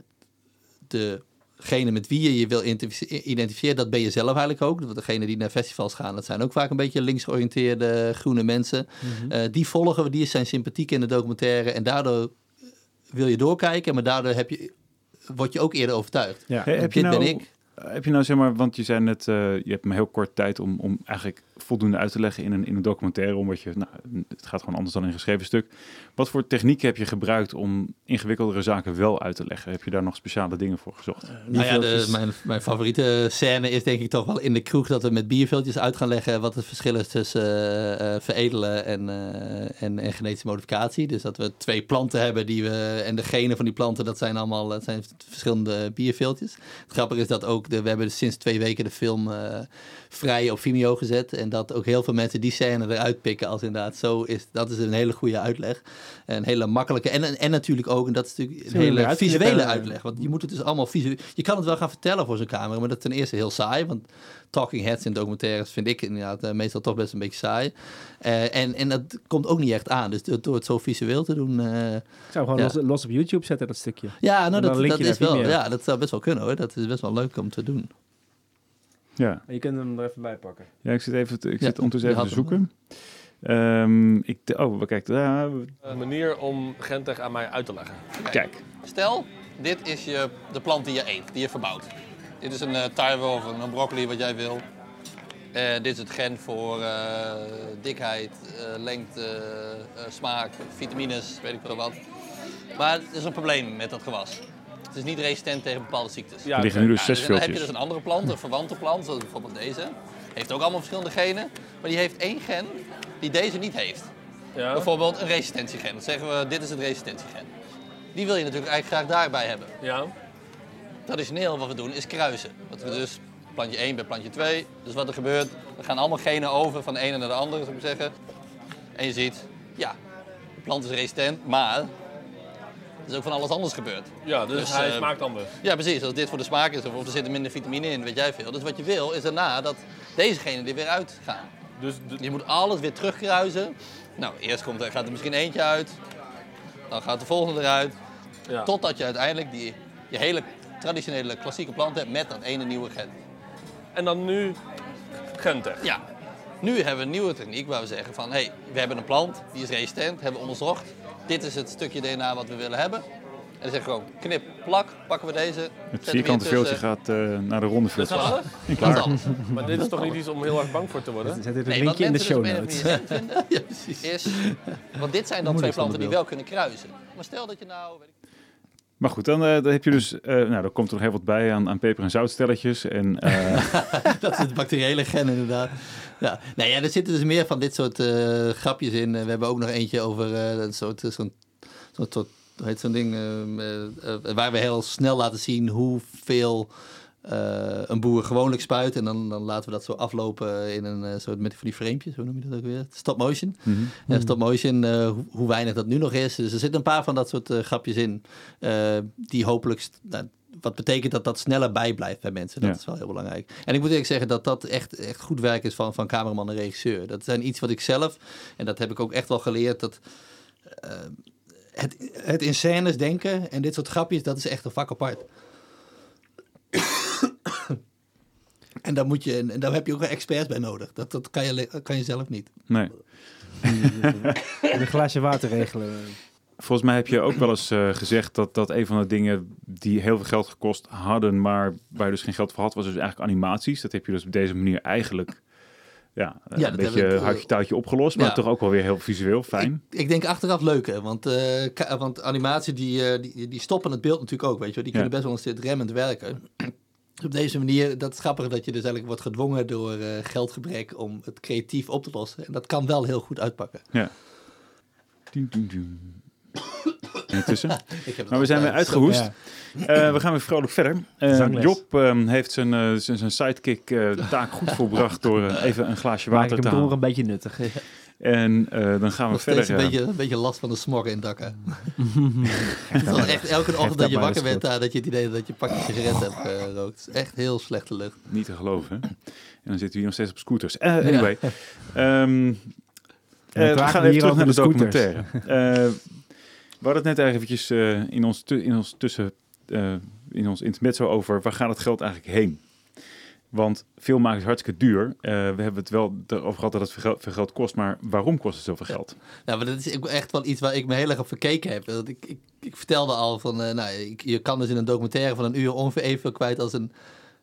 degene met wie je je wil identificeren, dat ben je zelf eigenlijk ook. Want degene die naar festivals gaan, dat zijn ook vaak een beetje links georiënteerde groene mensen. Mm-hmm. Uh, die volgen we, die zijn sympathiek in de documentaire en daardoor wil je doorkijken, maar daardoor heb je word je ook eerder overtuigd. Ja. Hey, heb, je nou, ben ik. heb je nou, zeg maar, want je zei net, uh, je hebt maar heel kort tijd om, om eigenlijk voldoende uit te leggen in een, in een documentaire, omdat je, nou, het gaat gewoon anders dan in een geschreven stuk. Wat voor techniek heb je gebruikt om ingewikkeldere zaken wel uit te leggen? Heb je daar nog speciale dingen voor gezocht? Uh, nou ja, de, mijn, mijn favoriete scène is denk ik toch wel in de kroeg dat we met bierviltjes uit gaan leggen wat het verschil is tussen uh, uh, veredelen en, uh, en, en genetische modificatie. Dus dat we twee planten hebben die we, en de genen van die planten, dat zijn allemaal dat zijn verschillende bierviltjes. Het grappige is dat ook, de, we hebben sinds twee weken de film uh, vrij op Vimeo gezet en dat ook heel veel mensen die scène eruit pikken als inderdaad zo is. Dat is een hele goede uitleg. Een hele makkelijke en, en natuurlijk ook, en dat is natuurlijk een hele uitleg, visuele uitleg. Want je moet het dus allemaal visueel. Je kan het wel gaan vertellen voor zo'n camera, maar dat is ten eerste heel saai. Want talking heads in documentaires vind ik inderdaad uh, meestal toch best een beetje saai. Uh, en, en dat komt ook niet echt aan. Dus door het zo visueel te doen. Uh, ik zou gewoon ja. los, los op YouTube zetten, dat stukje. Ja, nou, dat, dat is wel. Ja, dat zou best wel kunnen hoor. Dat is best wel leuk om te doen. Ja. Je kunt hem er even bij pakken. Ja, ik zit even te, ik ja, zit ondertussen even te zoeken. Um, ik, oh, kijk, daar. Een manier om Gentech aan mij uit te leggen. Okay. Kijk. Stel, dit is je, de plant die je eet, die je verbouwt. Dit is een uh, tarwe of een broccoli wat jij wil. Uh, dit is het gen voor uh, dikheid, uh, lengte, uh, smaak, vitamines, weet ik veel wat. Maar er is een probleem met dat gewas. Het is niet resistent tegen bepaalde ziektes. Ja, er liggen nu dus zes ja, dus filtjes. Dan heb je dus een andere plant, een verwante plant, zoals bijvoorbeeld deze. Heeft ook allemaal verschillende genen, maar die heeft één gen die deze niet heeft. Ja. Bijvoorbeeld een resistentiegen. Dan zeggen we, dit is het resistentiegen. Die wil je natuurlijk eigenlijk graag daarbij hebben. Ja. Traditioneel wat we doen is kruisen. Dat we dus plantje één bij plantje twee. Dus wat er gebeurt, er gaan allemaal genen over van de ene naar de andere, zou ik zeggen. En je ziet, ja, de plant is resistent, maar er is ook van alles anders gebeurd. Ja, dus, dus hij uh, smaakt anders. Ja, precies. Als dit voor de smaak is of er zitten minder vitamine in, weet jij veel. Dus wat je wil is daarna dat deze genen er weer uitgaan. Dus de... Je moet alles weer terugkruisen. Nou, eerst komt er, gaat er misschien eentje uit. Dan gaat de volgende eruit. Ja. Totdat je uiteindelijk die, je hele traditionele klassieke plant hebt met dat ene nieuwe gen. En dan nu Gentech. Ja. Nu hebben we een nieuwe techniek waar we zeggen van... hé, hey, we hebben een plant, die is resistent, hebben we onderzocht. Dit is het stukje D N A wat we willen hebben. En dan zeggen we gewoon knip, plak, pakken we deze. Het vierkante veeltje gaat uh, naar de ronde filter. Dat is alles. Dat is Maar dit is toch niet iets om heel erg bang voor te worden? Zet dit een nee, linkje in de show notes. Wat mensen dus vinden, ja, is... Want dit zijn dan twee planten die wel kunnen kruisen. Maar stel dat je nou... Weet ik... Maar goed, dan, uh, dan heb je dus... Uh, nou, dan komt er nog heel wat bij aan, aan peper- en zoutstelletjes. En, uh... dat is het bacteriële gen inderdaad. Ja. Nee, ja, er zitten dus meer van dit soort uh, grapjes in. We hebben ook nog eentje over uh, een soort... zo'n, zo'n soort hoe heet zo'n ding, uh, uh, uh, waar we heel snel laten zien hoeveel uh, een boer gewoonlijk spuit. En dan, dan laten we dat zo aflopen in een uh, soort met van die framepjes, hoe noem je dat ook weer? Stop motion. Mm-hmm. Uh, stop motion, uh, hoe, hoe weinig dat nu nog is. Dus er zitten een paar van dat soort uh, grapjes in, uh, die hopelijk... Uh, wat betekent dat dat sneller bijblijft bij mensen. Dat ja. is wel heel belangrijk. En ik moet eerlijk zeggen dat dat echt, echt goed werk is van, van cameraman en regisseur. Dat zijn iets wat ik zelf, en dat heb ik ook echt wel geleerd, dat... Uh, Het, het in scènes denken en dit soort grapjes, dat is echt een vak apart. En daar, moet je, en daar heb je ook experts bij nodig. Dat, dat kan, je, kan je zelf niet. Nee. Een glaasje water regelen. Volgens mij heb je ook wel eens uh, gezegd dat, dat een van de dingen die heel veel geld gekost hadden, maar waar je dus geen geld voor had, was dus eigenlijk animaties. Dat heb je dus op deze manier eigenlijk... Ja, ja, een beetje uh, houtje touwtje opgelost, maar ja. toch ook wel weer heel visueel fijn. Ik, ik denk achteraf leuker, want, uh, ka- want animatie die, uh, die, die stoppen het beeld natuurlijk ook, weet je wel. Die kunnen ja. best wel een stuk remmend werken. Op deze manier, dat is grappig dat je dus eigenlijk wordt gedwongen door uh, geldgebrek om het creatief op te lossen. En dat kan wel heel goed uitpakken. Ja. Intussen. Maar we zijn weer uitgehoest. Ja. Uh, we gaan weer vrolijk verder. Uh, Job um, heeft zijn, uh, zijn, zijn sidekick uh, taak goed volbracht door uh, even een glaasje water te halen. Nog een beetje nuttig. En uh, dan gaan we nog verder. Steeds een, uh, beetje, een beetje last van de smog in dakken. Het is wel echt elke ochtend dat je wakker bent, daar, dat je het idee dat je pakje sigaret hebt gerookt. Het is echt heel slechte lucht. Niet te geloven. Hè? En dan zitten we hier nog steeds op scooters. Uh, anyway. Ja. Um, uh, we gaan even terug naar de documentaire. Uh, We hadden het net eventjes uh, in ons, tu- in ons tussen uh, in ons intermezzo over waar gaat het geld eigenlijk heen? Want film maken is hartstikke duur. Uh, we hebben het wel erover gehad dat het veel geld, veel geld kost, maar waarom kost het zoveel geld? Ja, nou, maar dat is echt wel iets waar ik me heel erg op verkeken heb. Dat ik, ik, ik vertelde al van, uh, nou, ik, je kan dus in een documentaire van een uur ongeveer evenveel kwijt als een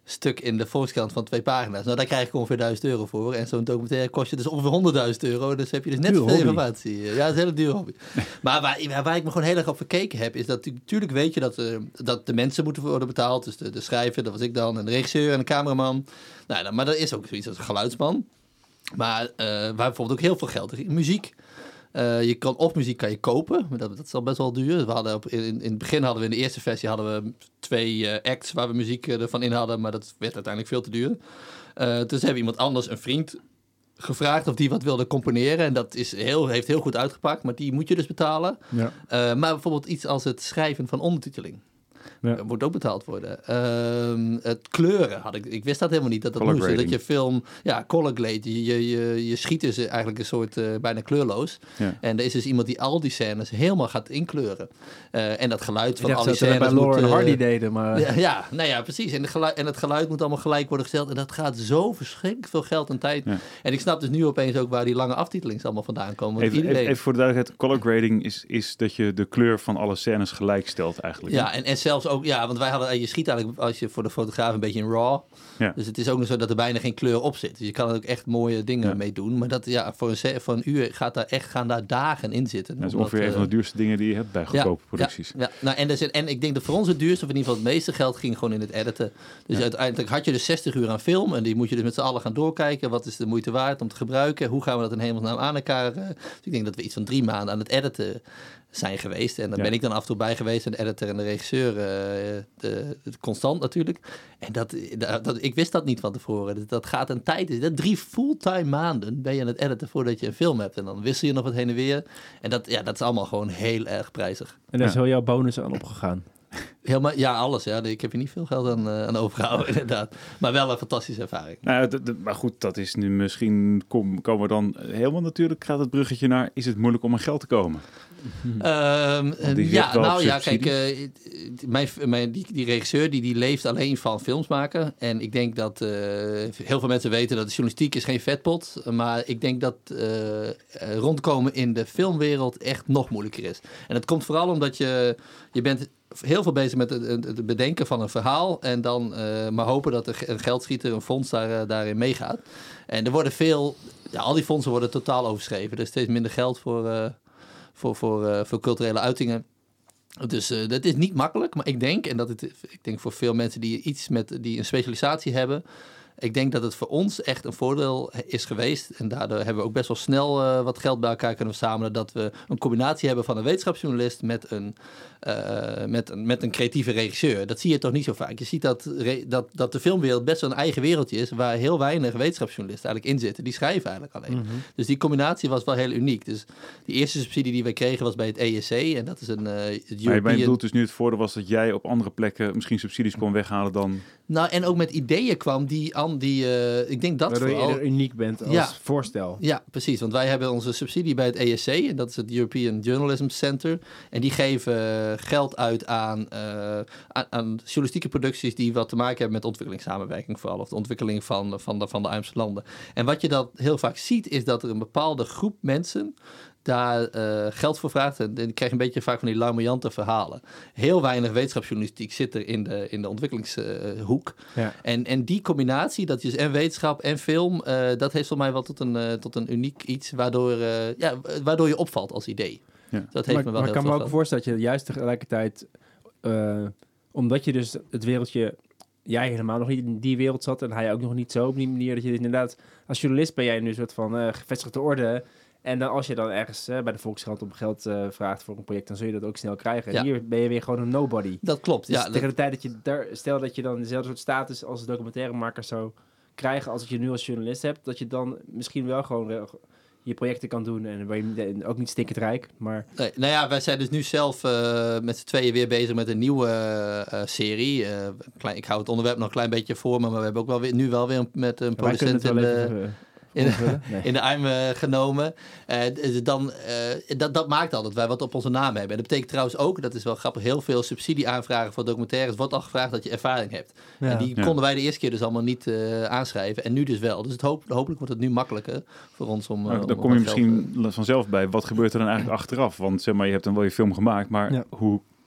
stuk in de Volkskrant van twee pagina's. Nou, daar krijg ik ongeveer duizend euro voor. En zo'n documentaire kost je dus ongeveer honderdduizend euro. Dus heb je dus net zoveel informatie. Ja, dat is een hele dure hobby. Maar waar, waar ik me gewoon heel erg op verkeken heb, is dat natuurlijk weet je dat, uh, dat de mensen moeten worden betaald. Dus de, de schrijver, dat was ik dan, en de regisseur en de cameraman. Nou, dan, maar er is ook zoiets als een geluidsman. Maar uh, waar bijvoorbeeld ook heel veel geld in muziek. Uh, je kan, of muziek kan je kopen, maar dat, dat is al best wel duur. We hadden op, in, in het begin hadden we in de eerste versie hadden we twee uh, acts waar we muziek uh, ervan in hadden, maar dat werd uiteindelijk veel te duur. Uh, dus hebben we iemand anders, een vriend, gevraagd of die wat wilde componeren. En dat is heel, heeft heel goed uitgepakt, maar die moet je dus betalen. Ja. Uh, maar bijvoorbeeld iets als het schrijven van ondertiteling. Ja. Dat moet ook betaald worden. Uh, het kleuren had ik. Ik wist dat helemaal niet. Dat dat moest. Dat je film. Ja, color grade. Je, je, je, je schiet dus eigenlijk een soort uh, bijna kleurloos. Ja. En er is dus iemand die al die scènes helemaal gaat inkleuren. Uh, en dat geluid van al die scènes. Bij Laura en Hardy deden, maar. Ja, ja, nou ja, precies. En, de geluid, en het geluid moet allemaal gelijk worden gesteld. En dat gaat zo verschrikkelijk veel geld en tijd. Ja. En ik snap dus nu opeens ook waar die lange aftitelings allemaal vandaan komen. Even, iedereen... even, even voor de duidelijkheid: color grading is, is dat je de kleur van alle scènes gelijk stelt, eigenlijk. Ja, en, en zelfs ook. Ja, want wij hadden, je schiet eigenlijk als je voor de fotograaf een beetje in raw. Ja. Dus het is ook nog zo dat er bijna geen kleur op zit. Dus je kan er ook echt mooie dingen ja. mee doen. Maar dat, ja, voor, een, voor een uur gaat daar echt, gaan daar dagen in zitten. Dat is ongeveer uh, een van de duurste dingen die je hebt bij goedkope ja, producties. Ja, ja. Nou, en, dus, en ik denk dat voor ons het duurste, of in ieder geval het meeste geld, ging gewoon in het editen. Dus ja. uiteindelijk had je dus zestig uur aan film. En die moet je dus met z'n allen gaan doorkijken. Wat is de moeite waard om te gebruiken? Hoe gaan we dat in hemelsnaam aan elkaar? Uh, dus ik denk dat we iets van drie maanden aan het editen zijn geweest. En daar ja. ben ik dan af en toe bij geweest. En de editor en de regisseur, uh, de, de, constant natuurlijk. En dat, dat, dat, ik wist dat niet van tevoren. Dat, dat gaat een tijd. Dat drie fulltime maanden ben je aan het editen voordat je een film hebt. En dan wissel je nog wat heen en weer. En dat, ja, dat is allemaal gewoon heel erg prijzig. En daar is wel jouw bonus aan opgegaan. Helemaal, ja, alles. Ja. Ik heb hier niet veel geld aan, uh, aan overgehouden, inderdaad. Maar wel een fantastische ervaring. Nou, d- d- maar goed, dat is nu misschien... Kom, komen we dan helemaal natuurlijk... gaat het bruggetje naar... is het moeilijk om aan geld te komen? Um, ja, nou ja, kijk, uh, mijn, mijn, die, die regisseur die, die leeft alleen van films maken. En ik denk dat uh, heel veel mensen weten dat de journalistiek is geen vetpot. Maar ik denk dat uh, rondkomen in de filmwereld echt nog moeilijker is. En dat komt vooral omdat je, je bent heel veel bezig met het, het bedenken van een verhaal. En dan uh, maar hopen dat er een geldschieter, een fonds daar, uh, daarin meegaat. En er worden veel, ja, al die fondsen worden totaal overschreven. Er is steeds minder geld voor... Uh, Voor, voor, uh, voor culturele uitingen. Dus uh, dat is niet makkelijk. Maar ik denk, en dat het, ik denk voor veel mensen die iets met die een specialisatie hebben. Ik denk dat het voor ons echt een voordeel is geweest. En daardoor hebben we ook best wel snel uh, wat geld bij elkaar kunnen verzamelen. Dat we een combinatie hebben van een wetenschapsjournalist met een, uh, met, een, met een creatieve regisseur. Dat zie je toch niet zo vaak. Je ziet dat, re, dat, dat de filmwereld best wel een eigen wereldje is. Waar heel weinig wetenschapsjournalisten eigenlijk in zitten. Die schrijven eigenlijk alleen. Mm-hmm. Dus die combinatie was wel heel uniek. Dus die eerste subsidie die wij kregen was bij het E S C. En dat is een uh, European... Maar je bedoelt dus nu het voordeel was dat jij op andere plekken misschien subsidies kon weghalen dan... Nou, en ook met ideeën kwam die... die uh, ik denk dat Waardoor vooral... je uniek bent als ja. voorstel. Ja, precies. Want wij hebben onze subsidie bij het E S C. En dat is het European Journalism Center. En die geven uh, geld uit aan, uh, aan, aan journalistieke producties... die wat te maken hebben met ontwikkelingssamenwerking vooral. Of de ontwikkeling van, van, de, van de armste landen. En wat je dan heel vaak ziet, is dat er een bepaalde groep mensen... daar uh, geld voor vraagt. En dan krijg je een beetje vaak van die larmoyante verhalen. Heel weinig wetenschapsjournalistiek zit er in de, in de ontwikkelingshoek. Uh, ja. en, en die combinatie, dat is en wetenschap en film... Uh, dat heeft voor mij wel tot een, uh, tot een uniek iets... waardoor, uh, ja, waardoor je opvalt als idee. Ja. Dat heeft maar, me wel maar heel ik kan me ook geld. voorstellen dat je juist tegelijkertijd... Uh, omdat je dus het wereldje... jij helemaal nog niet in die wereld zat... en hij ook nog niet zo op die manier... dat je dus inderdaad... als journalist ben jij nu een soort van uh, gevestigde orde... En dan als je dan ergens uh, bij de Volkskrant om geld uh, vraagt voor een project, dan zul je dat ook snel krijgen. En ja. hier ben je weer gewoon een nobody. Dat klopt. Dus ja, tegen dat... de tijd dat je daar, stel dat je dan dezelfde soort status als documentairemaker zou krijgen als je nu als journalist hebt, dat je dan misschien wel gewoon uh, je projecten kan doen en ben je ook niet stinkend rijk. Maar... Nee, nou ja, wij zijn dus nu zelf uh, met z'n tweeën weer bezig met een nieuwe uh, serie. Uh, klein, ik hou het onderwerp nog een klein beetje voor me, maar we hebben ook wel weer, nu wel weer met een producent in de... Even, uh... In de, nee. in de arm uh, genomen. Uh, dan, uh, dat, dat maakt al dat wij wat op onze naam hebben. En dat betekent trouwens ook, dat is wel grappig, heel veel subsidieaanvragen voor documentaires wordt al gevraagd dat je ervaring hebt. Ja. En die ja. konden wij de eerste keer dus allemaal niet uh, aanschrijven. En nu dus wel. Dus het hoop, hopelijk wordt het nu makkelijker voor ons om... Nou, uh, dan om kom je misschien te... vanzelf bij. Wat gebeurt er dan eigenlijk achteraf? Want zeg maar, je hebt dan wel je film gemaakt, maar ja. hoe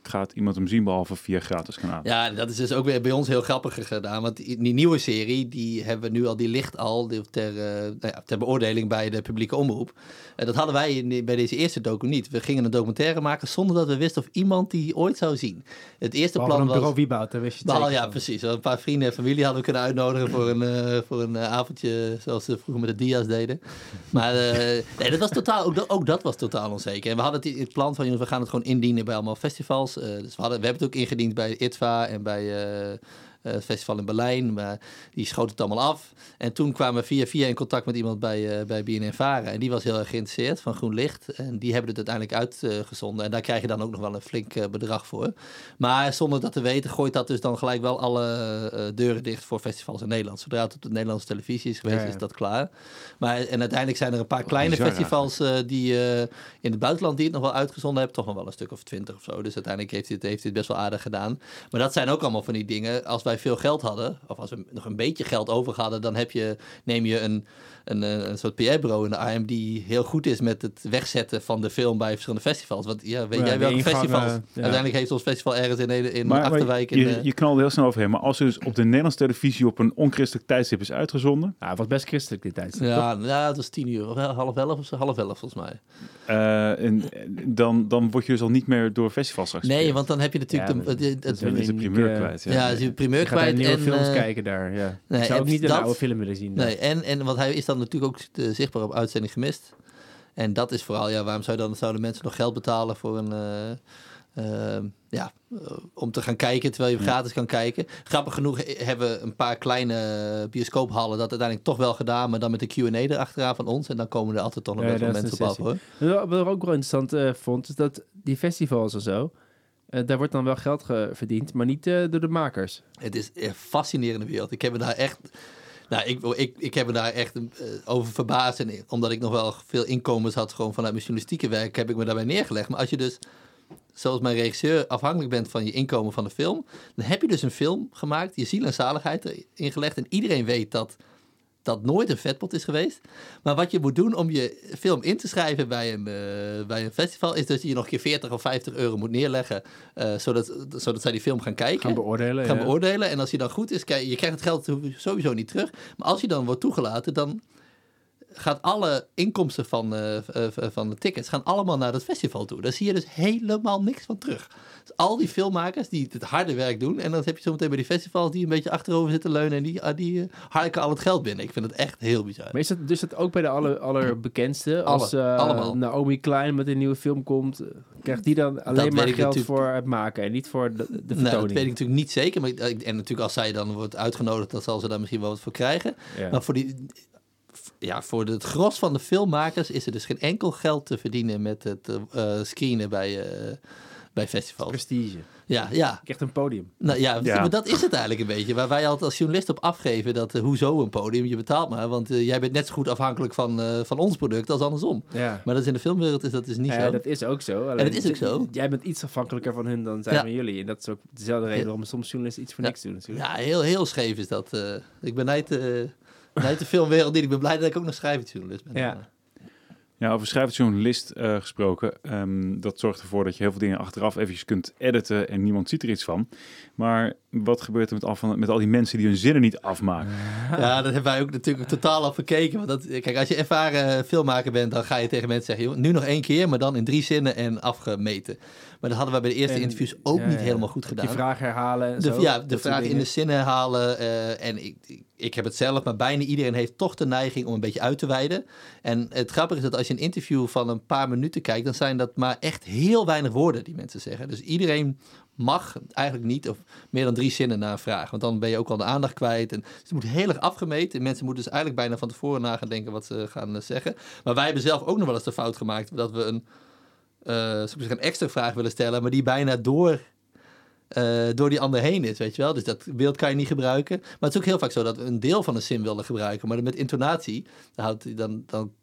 gaat iemand hem zien behalve via gratis kanaal. Ja, dat is dus ook weer bij ons heel grappig gedaan. Want die, die nieuwe serie, die hebben we nu al, die ligt al ter, uh, nou ja, ter beoordeling bij de publieke omroep. Uh, dat hadden wij in, bij deze eerste docu niet. We gingen een documentaire maken zonder dat we wisten of iemand die ooit zou zien. Het eerste Behalve plan een was... bureau Wieboud, daar wist je het Behalve, zeker ja, van. precies. Een paar vrienden en familie hadden we kunnen uitnodigen voor een, uh, voor een uh, avondje, zoals ze vroeger met de Dia's deden. Maar uh, nee, dat was totaal, ook, dat, ook dat was totaal onzeker. En we hadden het, het plan van, jongens, we gaan het gewoon indienen bij allemaal festivals. Uh, dus we, hadden, we hebben het ook ingediend bij I T V A en bij uh, uh, het festival in Berlijn. Maar die schoot het allemaal af. En toen kwamen we via via in contact met iemand bij, uh, bij B N N Vara. En die was heel erg geïnteresseerd van Groen Licht. En die hebben het uiteindelijk uitgezonden. Uh, en daar krijg je dan ook nog wel een flink uh, bedrag voor. Maar zonder dat te weten gooit dat dus dan gelijk wel alle uh, deuren dicht voor festivals in Nederland. Zodra het op de Nederlandse televisie is geweest, ja, ja. is dat klaar. Maar en uiteindelijk zijn er een paar kleine bizar, festivals uh, die uh, in het buitenland die het nog wel uitgezonden hebben. Toch nog wel een stuk of twintig of zo. Dus uiteindelijk heeft hij het, heeft hij het best wel aardig gedaan. Maar dat zijn ook allemaal van die dingen. Als wij veel geld hadden, of als we nog een beetje geld over hadden, dan heb je, neem je een, een, een soort P R-bureau in de A M die heel goed is met het wegzetten van de film bij verschillende festivals. Want ja, weet ja, jij welke ingang, festivals? Uh, ja. Uiteindelijk heeft ons festival ergens in, in maar, Achterwijk. Maar je, in, je knalde heel snel overheen. Maar als er dus op de Nederlandse televisie op een onchristelijk tijdstip is uitgezonden. Ja, het was best christelijk dit tijdstip. Ja, ja, het was tien uur. Of half elf of zo. Half elf volgens mij. Uh, en, dan, dan word je dus al niet meer door festivals geaccepteerd. Nee, want dan heb je natuurlijk... Ja, de, de, de, de, de, de primeur uh, kwijt. Ja, ja is de primeur je kwijt. Je gaat nieuwe en, films uh, kijken daar. Ja. Nee, ik zou ook niet een dat, oude film willen zien. Nee, en, en want hij is dan natuurlijk ook de, zichtbaar op uitzending gemist. En dat is vooral, ja, waarom zou dan, zouden mensen nog geld betalen voor een... Uh, uh, ja, uh, om te gaan kijken, terwijl je gratis kan kijken. Grappig genoeg hebben we een paar kleine bioscoophallen dat uiteindelijk toch wel gedaan, maar dan met de Q en A erachteraan van ons. En dan komen er altijd toch nog ja, best wel mensen op af, hoor. Wat ik ook wel interessant uh, vond, is dat die festivals en zo, uh, daar wordt dan wel geld ge- verdiend, maar niet uh, door de makers. Het is een fascinerende wereld. Ik heb me daar echt... Nou, ik, ik, ik heb me daar echt uh, over verbaasd. En omdat ik nog wel veel inkomens had gewoon vanuit mijn journalistieke werk, heb ik me daarbij neergelegd. Maar als je dus, zoals mijn regisseur, afhankelijk bent van je inkomen van de film, dan heb je dus een film gemaakt, je ziel en zaligheid erin gelegd. En iedereen weet dat dat nooit een vetpot is geweest. Maar wat je moet doen om je film in te schrijven bij een, uh, bij een festival, is dat je nog een keer veertig of vijftig euro moet neerleggen, uh, zodat, zodat zij die film gaan kijken. Gaan beoordelen. Gaan ja. beoordelen. En als die dan goed is, kijk, je krijgt het geld sowieso niet terug. Maar als je dan wordt toegelaten, dan gaat alle inkomsten van, uh, uh, van de tickets gaan allemaal naar dat festival toe. Daar zie je dus helemaal niks van terug. Dus al die filmmakers die het harde werk doen, en dan heb je zo meteen bij die festivals die een beetje achterover zitten leunen en die, uh, die uh, harken al het geld binnen. Ik vind het echt heel bizar. Maar is dat dus dat ook bij de aller, allerbekendste? Als Alle, uh, Naomi Klein met een nieuwe film komt, krijgt die dan alleen dat maar geld voor het maken en niet voor de, de vertoning? Nou, dat weet ik natuurlijk niet zeker. Maar, en natuurlijk als zij dan wordt uitgenodigd, dan zal ze daar misschien wel wat voor krijgen. Ja. Maar voor die... Ja, voor het gros van de filmmakers is er dus geen enkel geld te verdienen met het uh, screenen bij, uh, bij festivals. Prestige. Ja, ja. Echt een podium. Nou ja, ja, maar dat is het eigenlijk een beetje. Waar wij altijd als journalist op afgeven dat, uh, hoezo een podium, je betaalt maar. Want uh, jij bent net zo goed afhankelijk van, uh, van ons product als andersom. Ja. Maar dat is in de filmwereld is dat dus niet ja, zo. dat is ook zo. Alleen, en dat is ook zo. Jij bent iets afhankelijker van hun dan zijn ja. van jullie. En dat is ook dezelfde reden waarom soms journalisten iets voor ja. niks doen natuurlijk. Ja, heel, heel scheef is dat. Uh, ik ben niet... Uh, Nee, de filmwereld niet. Ik ben blij dat ik ook nog schrijversjournalist ben. Ja, ja over schrijversjournalist uh, gesproken. Um, dat zorgt ervoor dat je heel veel dingen achteraf eventjes kunt editen en niemand ziet er iets van. Maar wat gebeurt er met al, van, met al die mensen die hun zinnen niet afmaken? Ja, dat hebben wij ook natuurlijk totaal al verkeken. Want dat, kijk, als je ervaren filmmaker bent, dan ga je tegen mensen zeggen, joh, nu nog één keer, maar dan in drie zinnen en afgemeten. Maar dat hadden wij bij de eerste en, interviews ook ja, niet ja, helemaal goed gedaan. Die vraag herhalen en de, zo. Ja, de vraag in de zin herhalen. Uh, en ik, ik, ik heb het zelf, maar bijna iedereen heeft toch de neiging om een beetje uit te wijden. En het grappige is dat als je een interview van een paar minuten kijkt, dan zijn dat maar echt heel weinig woorden die mensen zeggen. Dus iedereen mag eigenlijk niet of meer dan drie zinnen na een vraag. Want dan ben je ook al de aandacht kwijt. En, dus het moet heel erg afgemeten. En mensen moeten dus eigenlijk bijna van tevoren na gaan denken wat ze gaan uh, zeggen. Maar wij hebben zelf ook nog wel eens de fout gemaakt dat we een, uh, een extra vraag willen stellen, maar die bijna door... Uh, door die ander heen is, weet je wel. Dus dat beeld kan je niet gebruiken. Maar het is ook heel vaak zo dat we een deel van een zin willen gebruiken, maar met intonatie, dan, houdt, dan, dan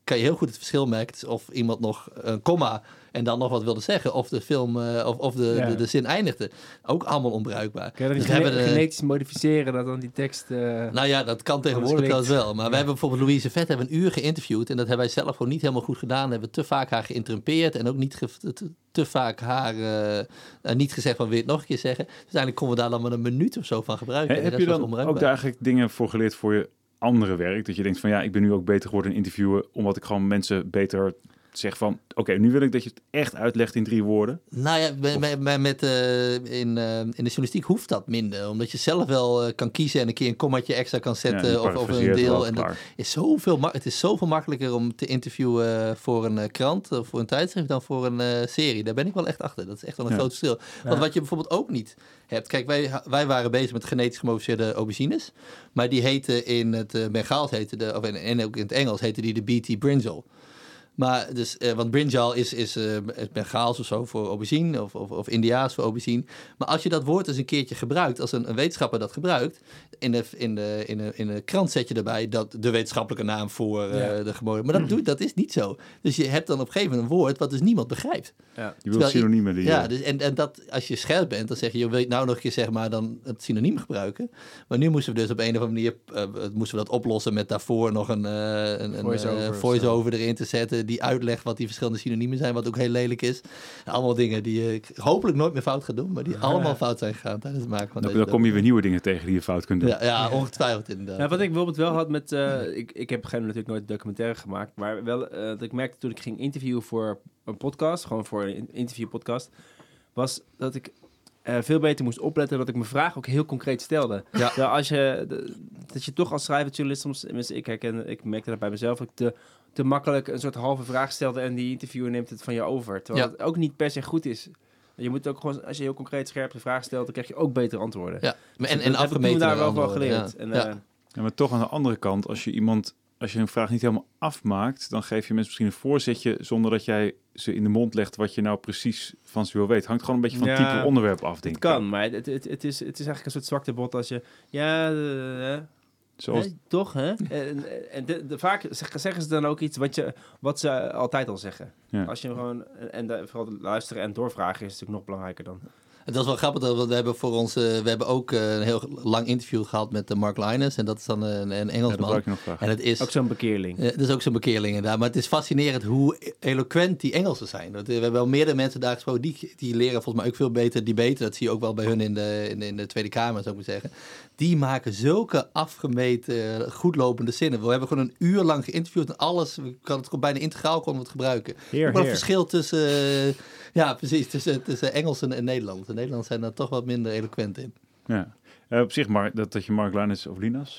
kan je heel goed het verschil merken. Dus of iemand nog een komma en dan nog wat wilde zeggen. Of de film, uh, of, of de, Ja. de, de zin eindigde. Ook allemaal onbruikbaar. Kan je dat Dus niet we gene- hebben de- genetisch modificeren, dat dan die tekst... Uh, Nou ja, dat kan tegenwoordig klinkt- wel wel. Maar Ja. we hebben bijvoorbeeld Louise Vet hebben een uur geïnterviewd. En dat hebben wij zelf gewoon niet helemaal goed gedaan. We hebben te vaak haar geïnterrumpeerd. En ook niet ge- te, te vaak haar uh, uh, niet gezegd van wil je het nog een keer zeggen. Dus uiteindelijk konden we daar dan maar een minuut of zo van gebruiken. He, En de heb je rest was dan ook onbruikbaar. daar eigenlijk dingen voor geleerd voor je andere werk? Dat je denkt van ja, ik ben nu ook beter geworden in interviewen, omdat ik gewoon mensen beter zeg van oké, okay, nu wil ik dat je het echt uitlegt in drie woorden. Nou ja, met, met, met, met, uh, in, uh, in de journalistiek hoeft dat minder. Omdat je zelf wel uh, kan kiezen en een keer een kommaatje extra kan zetten Ja, of over een deel. En dat is zoveel ma- het is zoveel makkelijker om te interviewen uh, voor een uh, krant of voor een tijdschrift dan voor een uh, serie. Daar ben ik wel echt achter. Dat is echt wel een Ja. groot verschil. Want Ja. wat je bijvoorbeeld ook niet hebt. Kijk, wij, wij waren bezig met genetisch gemodificeerde aubergines. Maar die heten in het uh, Bengaals, heten de, of in, en ook in het Engels, heten die de B T brinjal. Maar dus, uh, want brinjal is, is uh, Bengaals of zo voor aubergine of, of, of Indiaas voor aubergine. Maar als je dat woord eens een keertje gebruikt, als een, een wetenschapper dat gebruikt, in de, in, de, in, de, in de krant zet je erbij dat de wetenschappelijke naam voor uh, Ja. de geboren. Maar dat, doet, dat is niet zo. Dus je hebt dan op een gegeven moment een woord wat dus niemand begrijpt. ja. Je Terwijl wilt synoniemen die Ja, dus, en, en dat als je scherp bent, dan zeg je, je wil je nou nog een keer zeg maar dan het synoniem gebruiken. Maar nu moesten we dus op een of andere manier uh, moesten we dat oplossen met daarvoor nog een, uh, een, een Voice-over uh, of voice-over erin te zetten die uitlegt wat die verschillende synoniemen zijn, wat ook heel lelijk is. Allemaal dingen die ik hopelijk nooit meer fout ga doen, maar die allemaal fout zijn gegaan tijdens het maken van dan, deze dan kom je weer nieuwe dingen tegen die je fout kunt doen. Ja, ja, ongetwijfeld inderdaad. Nou, wat ik bijvoorbeeld wel had met... Uh, ik, ik heb op een gegeven moment natuurlijk nooit een documentaire gemaakt. Maar wel uh, dat ik merkte toen ik ging interviewen voor een podcast, gewoon voor een interviewpodcast, was dat ik uh, veel beter moest opletten dat ik mijn vraag ook heel concreet stelde. Ja. Terwijl als je, de, dat je toch als schrijvend journalist soms, tenminste ik herken, ik merkte dat bij mezelf, dat ik te, te makkelijk een soort halve vraag stelde en die interviewer neemt het van je over. Terwijl Ja. het ook niet per se goed is. Je moet ook gewoon, als je heel concreet scherp de vraag stelt, dan krijg je ook betere antwoorden. Ja, Dus en, dat en heb ik toen afgemeten daar wel naar van andere, geleerd. ja. En, Ja. uh, Ja, maar toch aan de andere kant, als je iemand, als je een vraag niet helemaal afmaakt, dan geef je mensen misschien een voorzetje zonder dat jij ze in de mond legt wat je nou precies van ze wil weten. Hangt gewoon een beetje van het Ja, type onderwerp af, denk Het ik. kan, maar het, het, het, is, het is eigenlijk een soort zwakte bot als je... Ja, uh, Zoals, hè, toch, hè? En, en de, de, vaak zeggen, zeggen ze dan ook iets wat, je, wat ze altijd al zeggen. ja. Als je gewoon... En de, vooral luisteren en doorvragen is natuurlijk nog belangrijker dan. Het was wel grappig, dat we hebben voor ons, uh, we hebben ook uh, een heel lang interview gehad met uh, Mark Linus. En dat is dan een, een Ja, dat Engelsman. wou ik nog vragen. En het is... Ook zo'n bekeerling. Uh, dat is ook zo'n bekeerling inderdaad. Maar het is fascinerend hoe eloquent die Engelsen zijn. Dat, we hebben wel meerdere mensen daar gesproken. Die, die leren volgens mij ook veel beter debaten. Dat zie je ook wel bij hun in de, in de, in de Tweede Kamer, zou ik maar zeggen. Die maken zulke afgemeten, goedlopende zinnen. We hebben gewoon een uur lang geïnterviewd en alles. We kan het gewoon bijna integraal konden we het gebruiken. Heer, Ook wel een heer. verschil tussen, uh, ja precies, tussen, tussen Engels en, en Nederlands. De Nederlanders zijn daar toch wat minder eloquent in. Ja. Uh, op zich, maar dat, dat je Mark Linus of Linas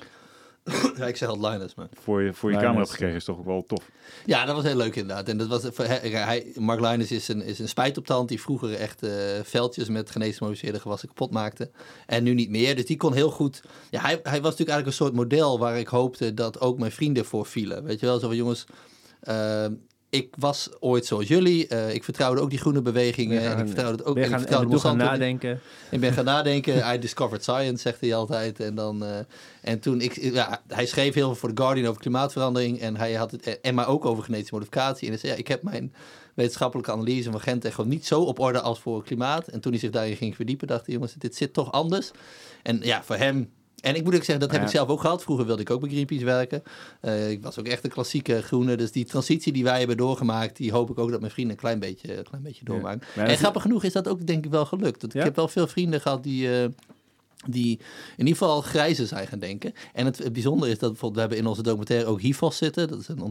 Ja, ik zeg altijd Linus, maar... voor je, voor je Linus. camera hebt gekregen, is toch ook wel tof. Ja, dat was heel leuk inderdaad. En dat was, hij, hij, Mark Linus is een, is een spijtoptand die vroeger echt uh, veldjes met genetisch gemodificeerde gewassen kapot maakte. En nu niet meer. Dus die kon heel goed... Ja, hij, hij was natuurlijk eigenlijk een soort model waar ik hoopte dat ook mijn vrienden voor vielen. Weet je wel, zo van jongens... Uh, ik was ooit zoals jullie. Uh, ik vertrouwde ook die groene bewegingen. Gaan, en ik vertrouwde het ook. Ben En gaan, ik vertrouwde en gaan Monsanto. nadenken. Ik ben gaan nadenken. I discovered science, zegt hij altijd. En, dan, uh, en toen, ik, ja, hij schreef heel veel voor The Guardian over klimaatverandering. En hij had het, en maar ook over genetische modificatie. En hij zei, ja, ik heb mijn wetenschappelijke analyse van Gentech gewoon niet zo op orde als voor klimaat. En toen hij zich daarin ging verdiepen, dacht hij, jongens, dit zit toch anders. En ja, voor hem... En ik moet ook zeggen, dat heb Ja. ik zelf ook gehad. Vroeger wilde ik ook bij Greenpeace werken. Uh, ik was ook echt een klassieke groene. Dus die transitie die wij hebben doorgemaakt, die hoop ik ook dat mijn vrienden een klein beetje, een klein beetje doormaken. Ja. Maar En dat- grappig genoeg is dat ook denk ik wel gelukt. Dat Ja? Ik heb wel veel vrienden gehad die... Uh, die in ieder geval grijze zijn gaan denken. En het, het bijzondere is dat bijvoorbeeld... we hebben in onze documentaire ook H I F O S zitten. Dat is een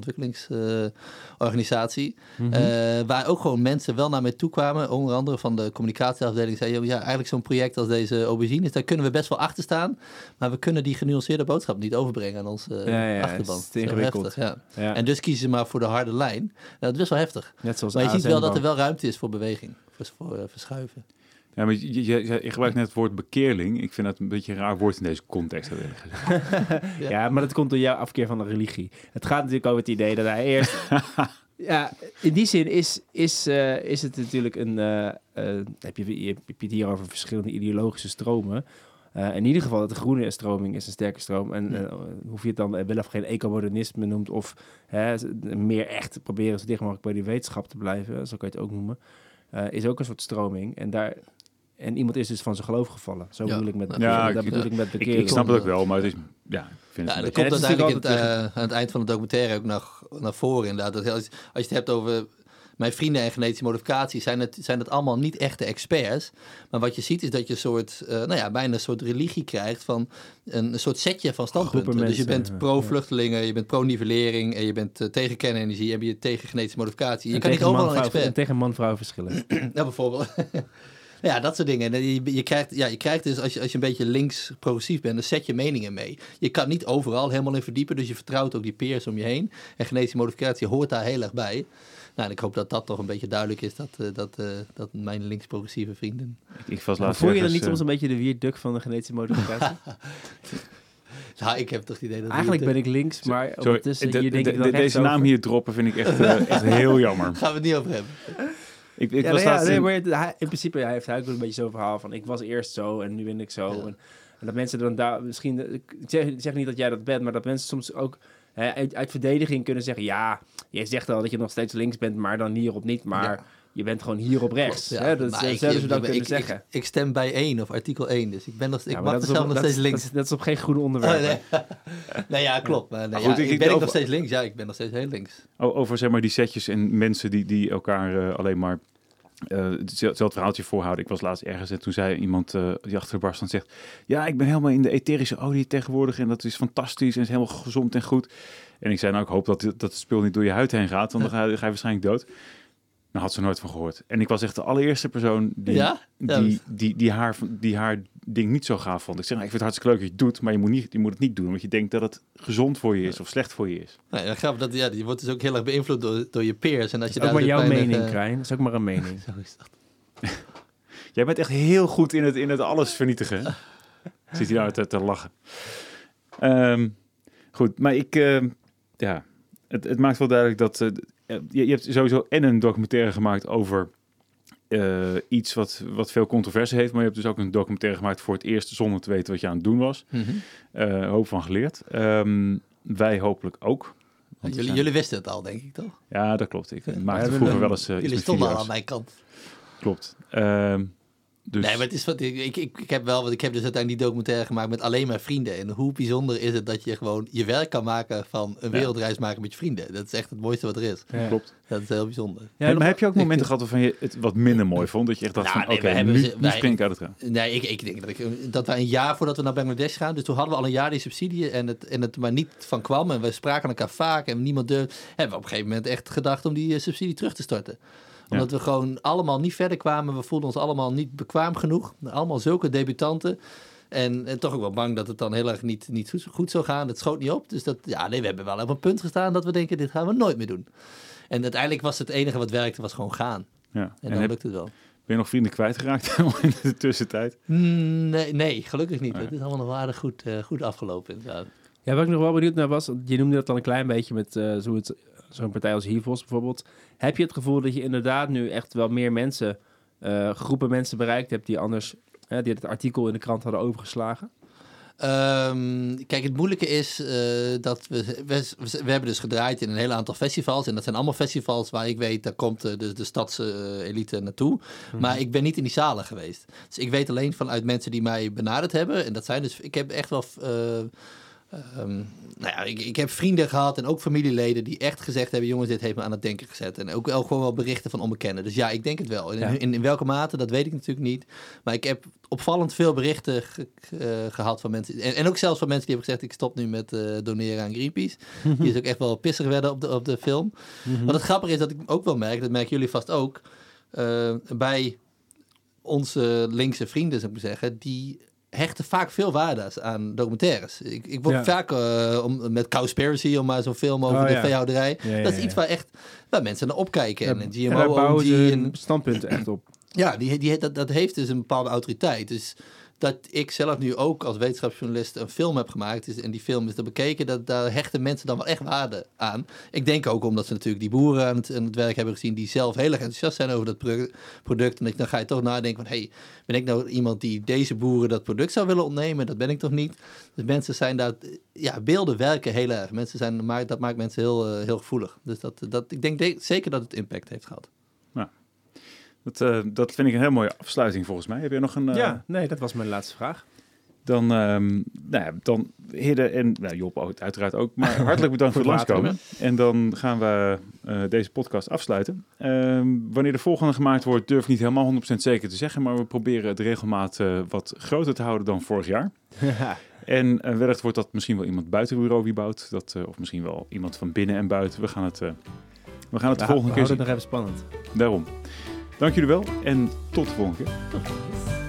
ontwikkelingsorganisatie. Uh, Mhm. uh, waar ook gewoon mensen wel naar mij toe kwamen. Onder andere van de communicatieafdeling. Zeiden, ja, eigenlijk zo'n project als deze aubergines... daar kunnen we best wel achter staan. Maar we kunnen die genuanceerde boodschap niet overbrengen aan onze uh, Ja, ja, achterban. het is Dat heel ingewikkeld. heftig, ja. Ja. En dus kiezen ze maar voor de harde lijn. Nou, dat is best wel heftig. Net zoals Maar je ziet wel dat er A S M-bank. wel ruimte is voor beweging. Voor, voor uh, verschuiven. Ja, maar je, je, je gebruikt net het woord bekeerling. Ik vind dat een beetje een raar woord in deze context. Heb ik gezegd. Ja. Ja, maar dat komt door jouw afkeer van de religie. Het gaat natuurlijk over het idee dat hij eerst... ja, in die zin is, is, uh, is het natuurlijk een... Uh, uh, heb, je, je, heb je het hier over verschillende ideologische stromen. Uh, in ieder geval, de groene stroming is een sterke stroom. En uh, hoef je het dan uh, wel of geen ecomodernisme noemt... of uh, meer echt proberen zo dicht mogelijk bij die wetenschap te blijven... zo kan je het ook noemen... Uh, is ook een soort stroming. En daar... En iemand is dus van zijn geloof gevallen. Zo ja. bedoel ik met, ja, dat ik, bedoel ik met bekeren. Ik, ik snap het ook wel, maar het is... Ja, ik vind ja, het dat beetje... komt ja, uiteindelijk in het, tegen... uh, aan het eind van de documentaire ook nog naar voren inderdaad. Dat als, als je het hebt over mijn vrienden en genetische modificatie... zijn het, zijn het allemaal niet echte experts. Maar wat je ziet is dat je een soort... Uh, nou ja, bijna een soort religie krijgt van een, een soort setje van standpunten. Mensen, dus je bent ja. pro-vluchtelingen, je bent pro-nivellering... en je bent uh, tegen kernenergie en je bent tegen genetische modificatie. Je en kan niet overal een expert... En tegen man-vrouw verschillen. Ja, bijvoorbeeld... Ja, dat soort dingen. En je, je, krijgt, ja, je krijgt dus, als je, als je een beetje links progressief bent, dan zet je meningen mee. Je kan niet overal helemaal in verdiepen, dus je vertrouwt ook die peers om je heen. En genetische modificatie hoort daar heel erg bij. Nou, en ik hoop dat dat toch een beetje duidelijk is, dat, uh, dat, uh, dat mijn links-progressieve vrienden... Ik, ik was laatst voel je dan ergens, niet uh, soms een beetje de wierduk van de genetische modificatie? Nou, ik heb toch het idee dat... Eigenlijk ben ik links, maar Sorry, ondertussen de, hier denk de, ik dan de, Deze naam over. hier droppen vind ik echt, uh, echt heel jammer. Gaan we het niet over hebben. Ik, ik Ja, was nou ja, laatst nee, in- maar het- hij, in principe hij heeft hij ook een beetje zo'n verhaal van ik was eerst zo en nu ben ik zo. Ja. En, en dat mensen dan daar misschien... Ik zeg, ik zeg niet dat jij dat bent, maar dat mensen soms ook hè, uit, uit verdediging kunnen zeggen... Ja, jij zegt al dat je nog steeds links bent, maar dan hierop niet. Maar Ja. je bent gewoon hierop rechts. Ja, Hè? Dat maar z- ik- zouden ze dan ik- kunnen ik, zeggen. Ik, ik stem bij één of artikel één, dus ik, ben nog, ik Ja, maar mag dat is mezelf op- nog dat steeds is- links. Dat is, dat is op geen goede onderwerp. Oh, nee. nee, ja, klopt. Maar, nee, Maar ja, goed, ik- ik, ik- ben ik over- nog steeds links? Ja, ik ben nog steeds heel links. O- over zeg maar die setjes en mensen die, die elkaar uh, alleen maar uh, hetzelfde verhaaltje voorhouden. Ik was laatst ergens en toen zei iemand uh, die achter de bar stond zegt... Ja, ik ben helemaal in de etherische olie tegenwoordig en dat is fantastisch en is helemaal gezond en goed. En ik zei nou, ik hoop dat, dat het spul niet door je huid heen gaat, want dan ga, je- ga je waarschijnlijk dood. Nou, had ze nooit van gehoord. En ik was echt de allereerste persoon die, Ja? Ja, die, dus- die, die, haar, die haar ding niet zo gaaf vond. Ik zeg, nou, ik vind het hartstikke leuk dat je het doet, maar je moet, niet, je moet het niet doen, want je denkt dat het gezond voor je is of slecht voor je is. Nee, dan grappig dat ja, je wordt dus ook heel erg beïnvloed door, door je peers. En als je Dat is ook maar daar jouw dus weinig, mening, eh, Krijn. Dat is ook maar een mening. Zo is dat. Jij bent echt heel goed in het, in het alles vernietigen. Hè? Zit hier nou te, te lachen. Um, goed, maar ik... Uh, ja, het, het maakt wel duidelijk dat... Uh, je, je hebt sowieso en een documentaire gemaakt over... Uh, iets wat, wat veel controverse heeft. Maar je hebt dus ook een documentaire gemaakt voor het eerst... zonder te weten wat je aan het doen was. Mm-hmm. Uh, hoop van geleerd. Um, wij hopelijk ook. Jullie, zijn... jullie wisten het al, denk ik, toch? Ja, dat klopt. Ik maakte ja, vroeger wel eens uh, jullie stonden al aan mijn kant. Klopt. Um, Dus... Nee, maar het is wat ik, ik, ik, ik heb wel, want ik heb dus uiteindelijk die documentaire gemaakt met alleen maar vrienden. En hoe bijzonder is het dat je gewoon je werk kan maken van een wereldreis maken met je vrienden. Dat is echt het mooiste wat er is. Ja. Klopt. Dat is heel bijzonder. Ja, ja, maar heb je ook momenten gehad waarvan je het wat minder mooi vond? Dat je echt dacht Nou, van, nee, oké, wij okay, hebben nu, ze- nu wij- spring ik uit het raam. Nee, ik, ik denk dat, ik, dat wij een jaar voordat we naar Bangladesh gaan, dus toen hadden we al een jaar die subsidie en het, en het maar niet van kwam. En we spraken elkaar vaak en niemand durfde. Hebben we op een gegeven moment echt gedacht om die uh, subsidie terug te storten. Omdat we gewoon allemaal niet verder kwamen. We voelden ons allemaal niet bekwaam genoeg. Allemaal zulke debutanten. En, en toch ook wel bang dat het dan heel erg niet, niet goed, goed zou gaan. Het schoot niet op. Dus dat, ja, nee, we hebben wel op een punt gestaan dat we denken, dit gaan we nooit meer doen. En uiteindelijk was het enige wat werkte, was gewoon gaan. Ja. En, En dan heb, lukt het wel. ben je nog vrienden kwijtgeraakt in de tussentijd? Nee, nee gelukkig niet. Nee. Het is allemaal nog wel aardig goed, uh, goed afgelopen. Ja. Ja, wat ik nog wel benieuwd naar was, je noemde dat dan een klein beetje met uh, zo het, zo'n partij als Hivos bijvoorbeeld. Heb je het gevoel dat je inderdaad nu echt wel meer mensen, uh, groepen mensen bereikt hebt die anders, uh, die het artikel in de krant hadden overgeslagen? Um, kijk, het moeilijke is uh, dat we, we, we hebben dus gedraaid in een heel aantal festivals. En dat zijn allemaal festivals waar ik weet, daar komt uh, de, de stadselite uh, naartoe. Mm-hmm. Maar ik ben niet in die zalen geweest. Dus ik weet alleen vanuit mensen die mij benaderd hebben. En dat zijn dus, ik heb echt wel... Uh, Um, nou ja, ik, ik heb vrienden gehad en ook familieleden die echt gezegd hebben, jongens, dit heeft me aan het denken gezet. En ook wel gewoon wel berichten van onbekenden. Dus ja, ik denk het wel. In, ja. in, in welke mate, dat weet ik natuurlijk niet. Maar ik heb opvallend veel berichten ge, uh, gehad van mensen. En, en ook zelfs van mensen die hebben gezegd, ik stop nu met uh, doneren aan Greenpeace. Mm-hmm. Die is ook echt wel pissig werden op de, op de film. Mm-hmm. Wat het grappige is dat ik ook wel merk, dat merken jullie vast ook, uh, bij onze linkse vrienden, zou ik maar zeggen, die hechten vaak veel waarde aan documentaires. Ik, ik word ja. vaak uh, om, met Cowspiracy, om maar zo'n film over oh, de ja. veehouderij. Ja, ja, dat is ja, iets waar echt waar mensen naar opkijken. Ja, en G M O, en daar bouwen O G ze en standpunten echt op. Ja, die, die, dat, dat heeft dus een bepaalde autoriteit. Dus dat ik zelf nu ook als wetenschapsjournalist een film heb gemaakt is, en die film is er bekeken, dat daar hechten mensen dan wel echt waarde aan. Ik denk ook omdat ze natuurlijk die boeren aan het, aan het werk hebben gezien die zelf heel erg enthousiast zijn over dat pro- product. En dan ga je toch nadenken van, hé, hey, ben ik nou iemand die deze boeren dat product zou willen ontnemen? Dat ben ik toch niet? Dus mensen zijn daar, ja, beelden werken heel erg. Mensen zijn, maar dat maakt mensen heel, uh, heel gevoelig. Dus dat, dat, ik denk de, zeker dat het impact heeft gehad. Nou, dat, uh, dat vind ik een heel mooie afsluiting volgens mij. Heb je nog een... Uh... Ja, nee, dat was mijn laatste vraag. Dan, um, nou ja, dan Hidde en nou, Job ook, uiteraard ook, maar hartelijk bedankt voor het langskomen. En dan gaan we uh, deze podcast afsluiten. Um, wanneer de volgende gemaakt wordt, durf ik niet helemaal honderd procent zeker te zeggen, maar we proberen de regelmaat uh, wat groter te houden dan vorig jaar. En uh, wellicht wordt dat misschien wel iemand buiten Bureau Wieboud, dat, uh, of misschien wel iemand van binnen en buiten. We gaan het, uh, we gaan het de we volgende we keer zien. Het nog even spannend. Daarom. Dank jullie wel en tot de volgende keer.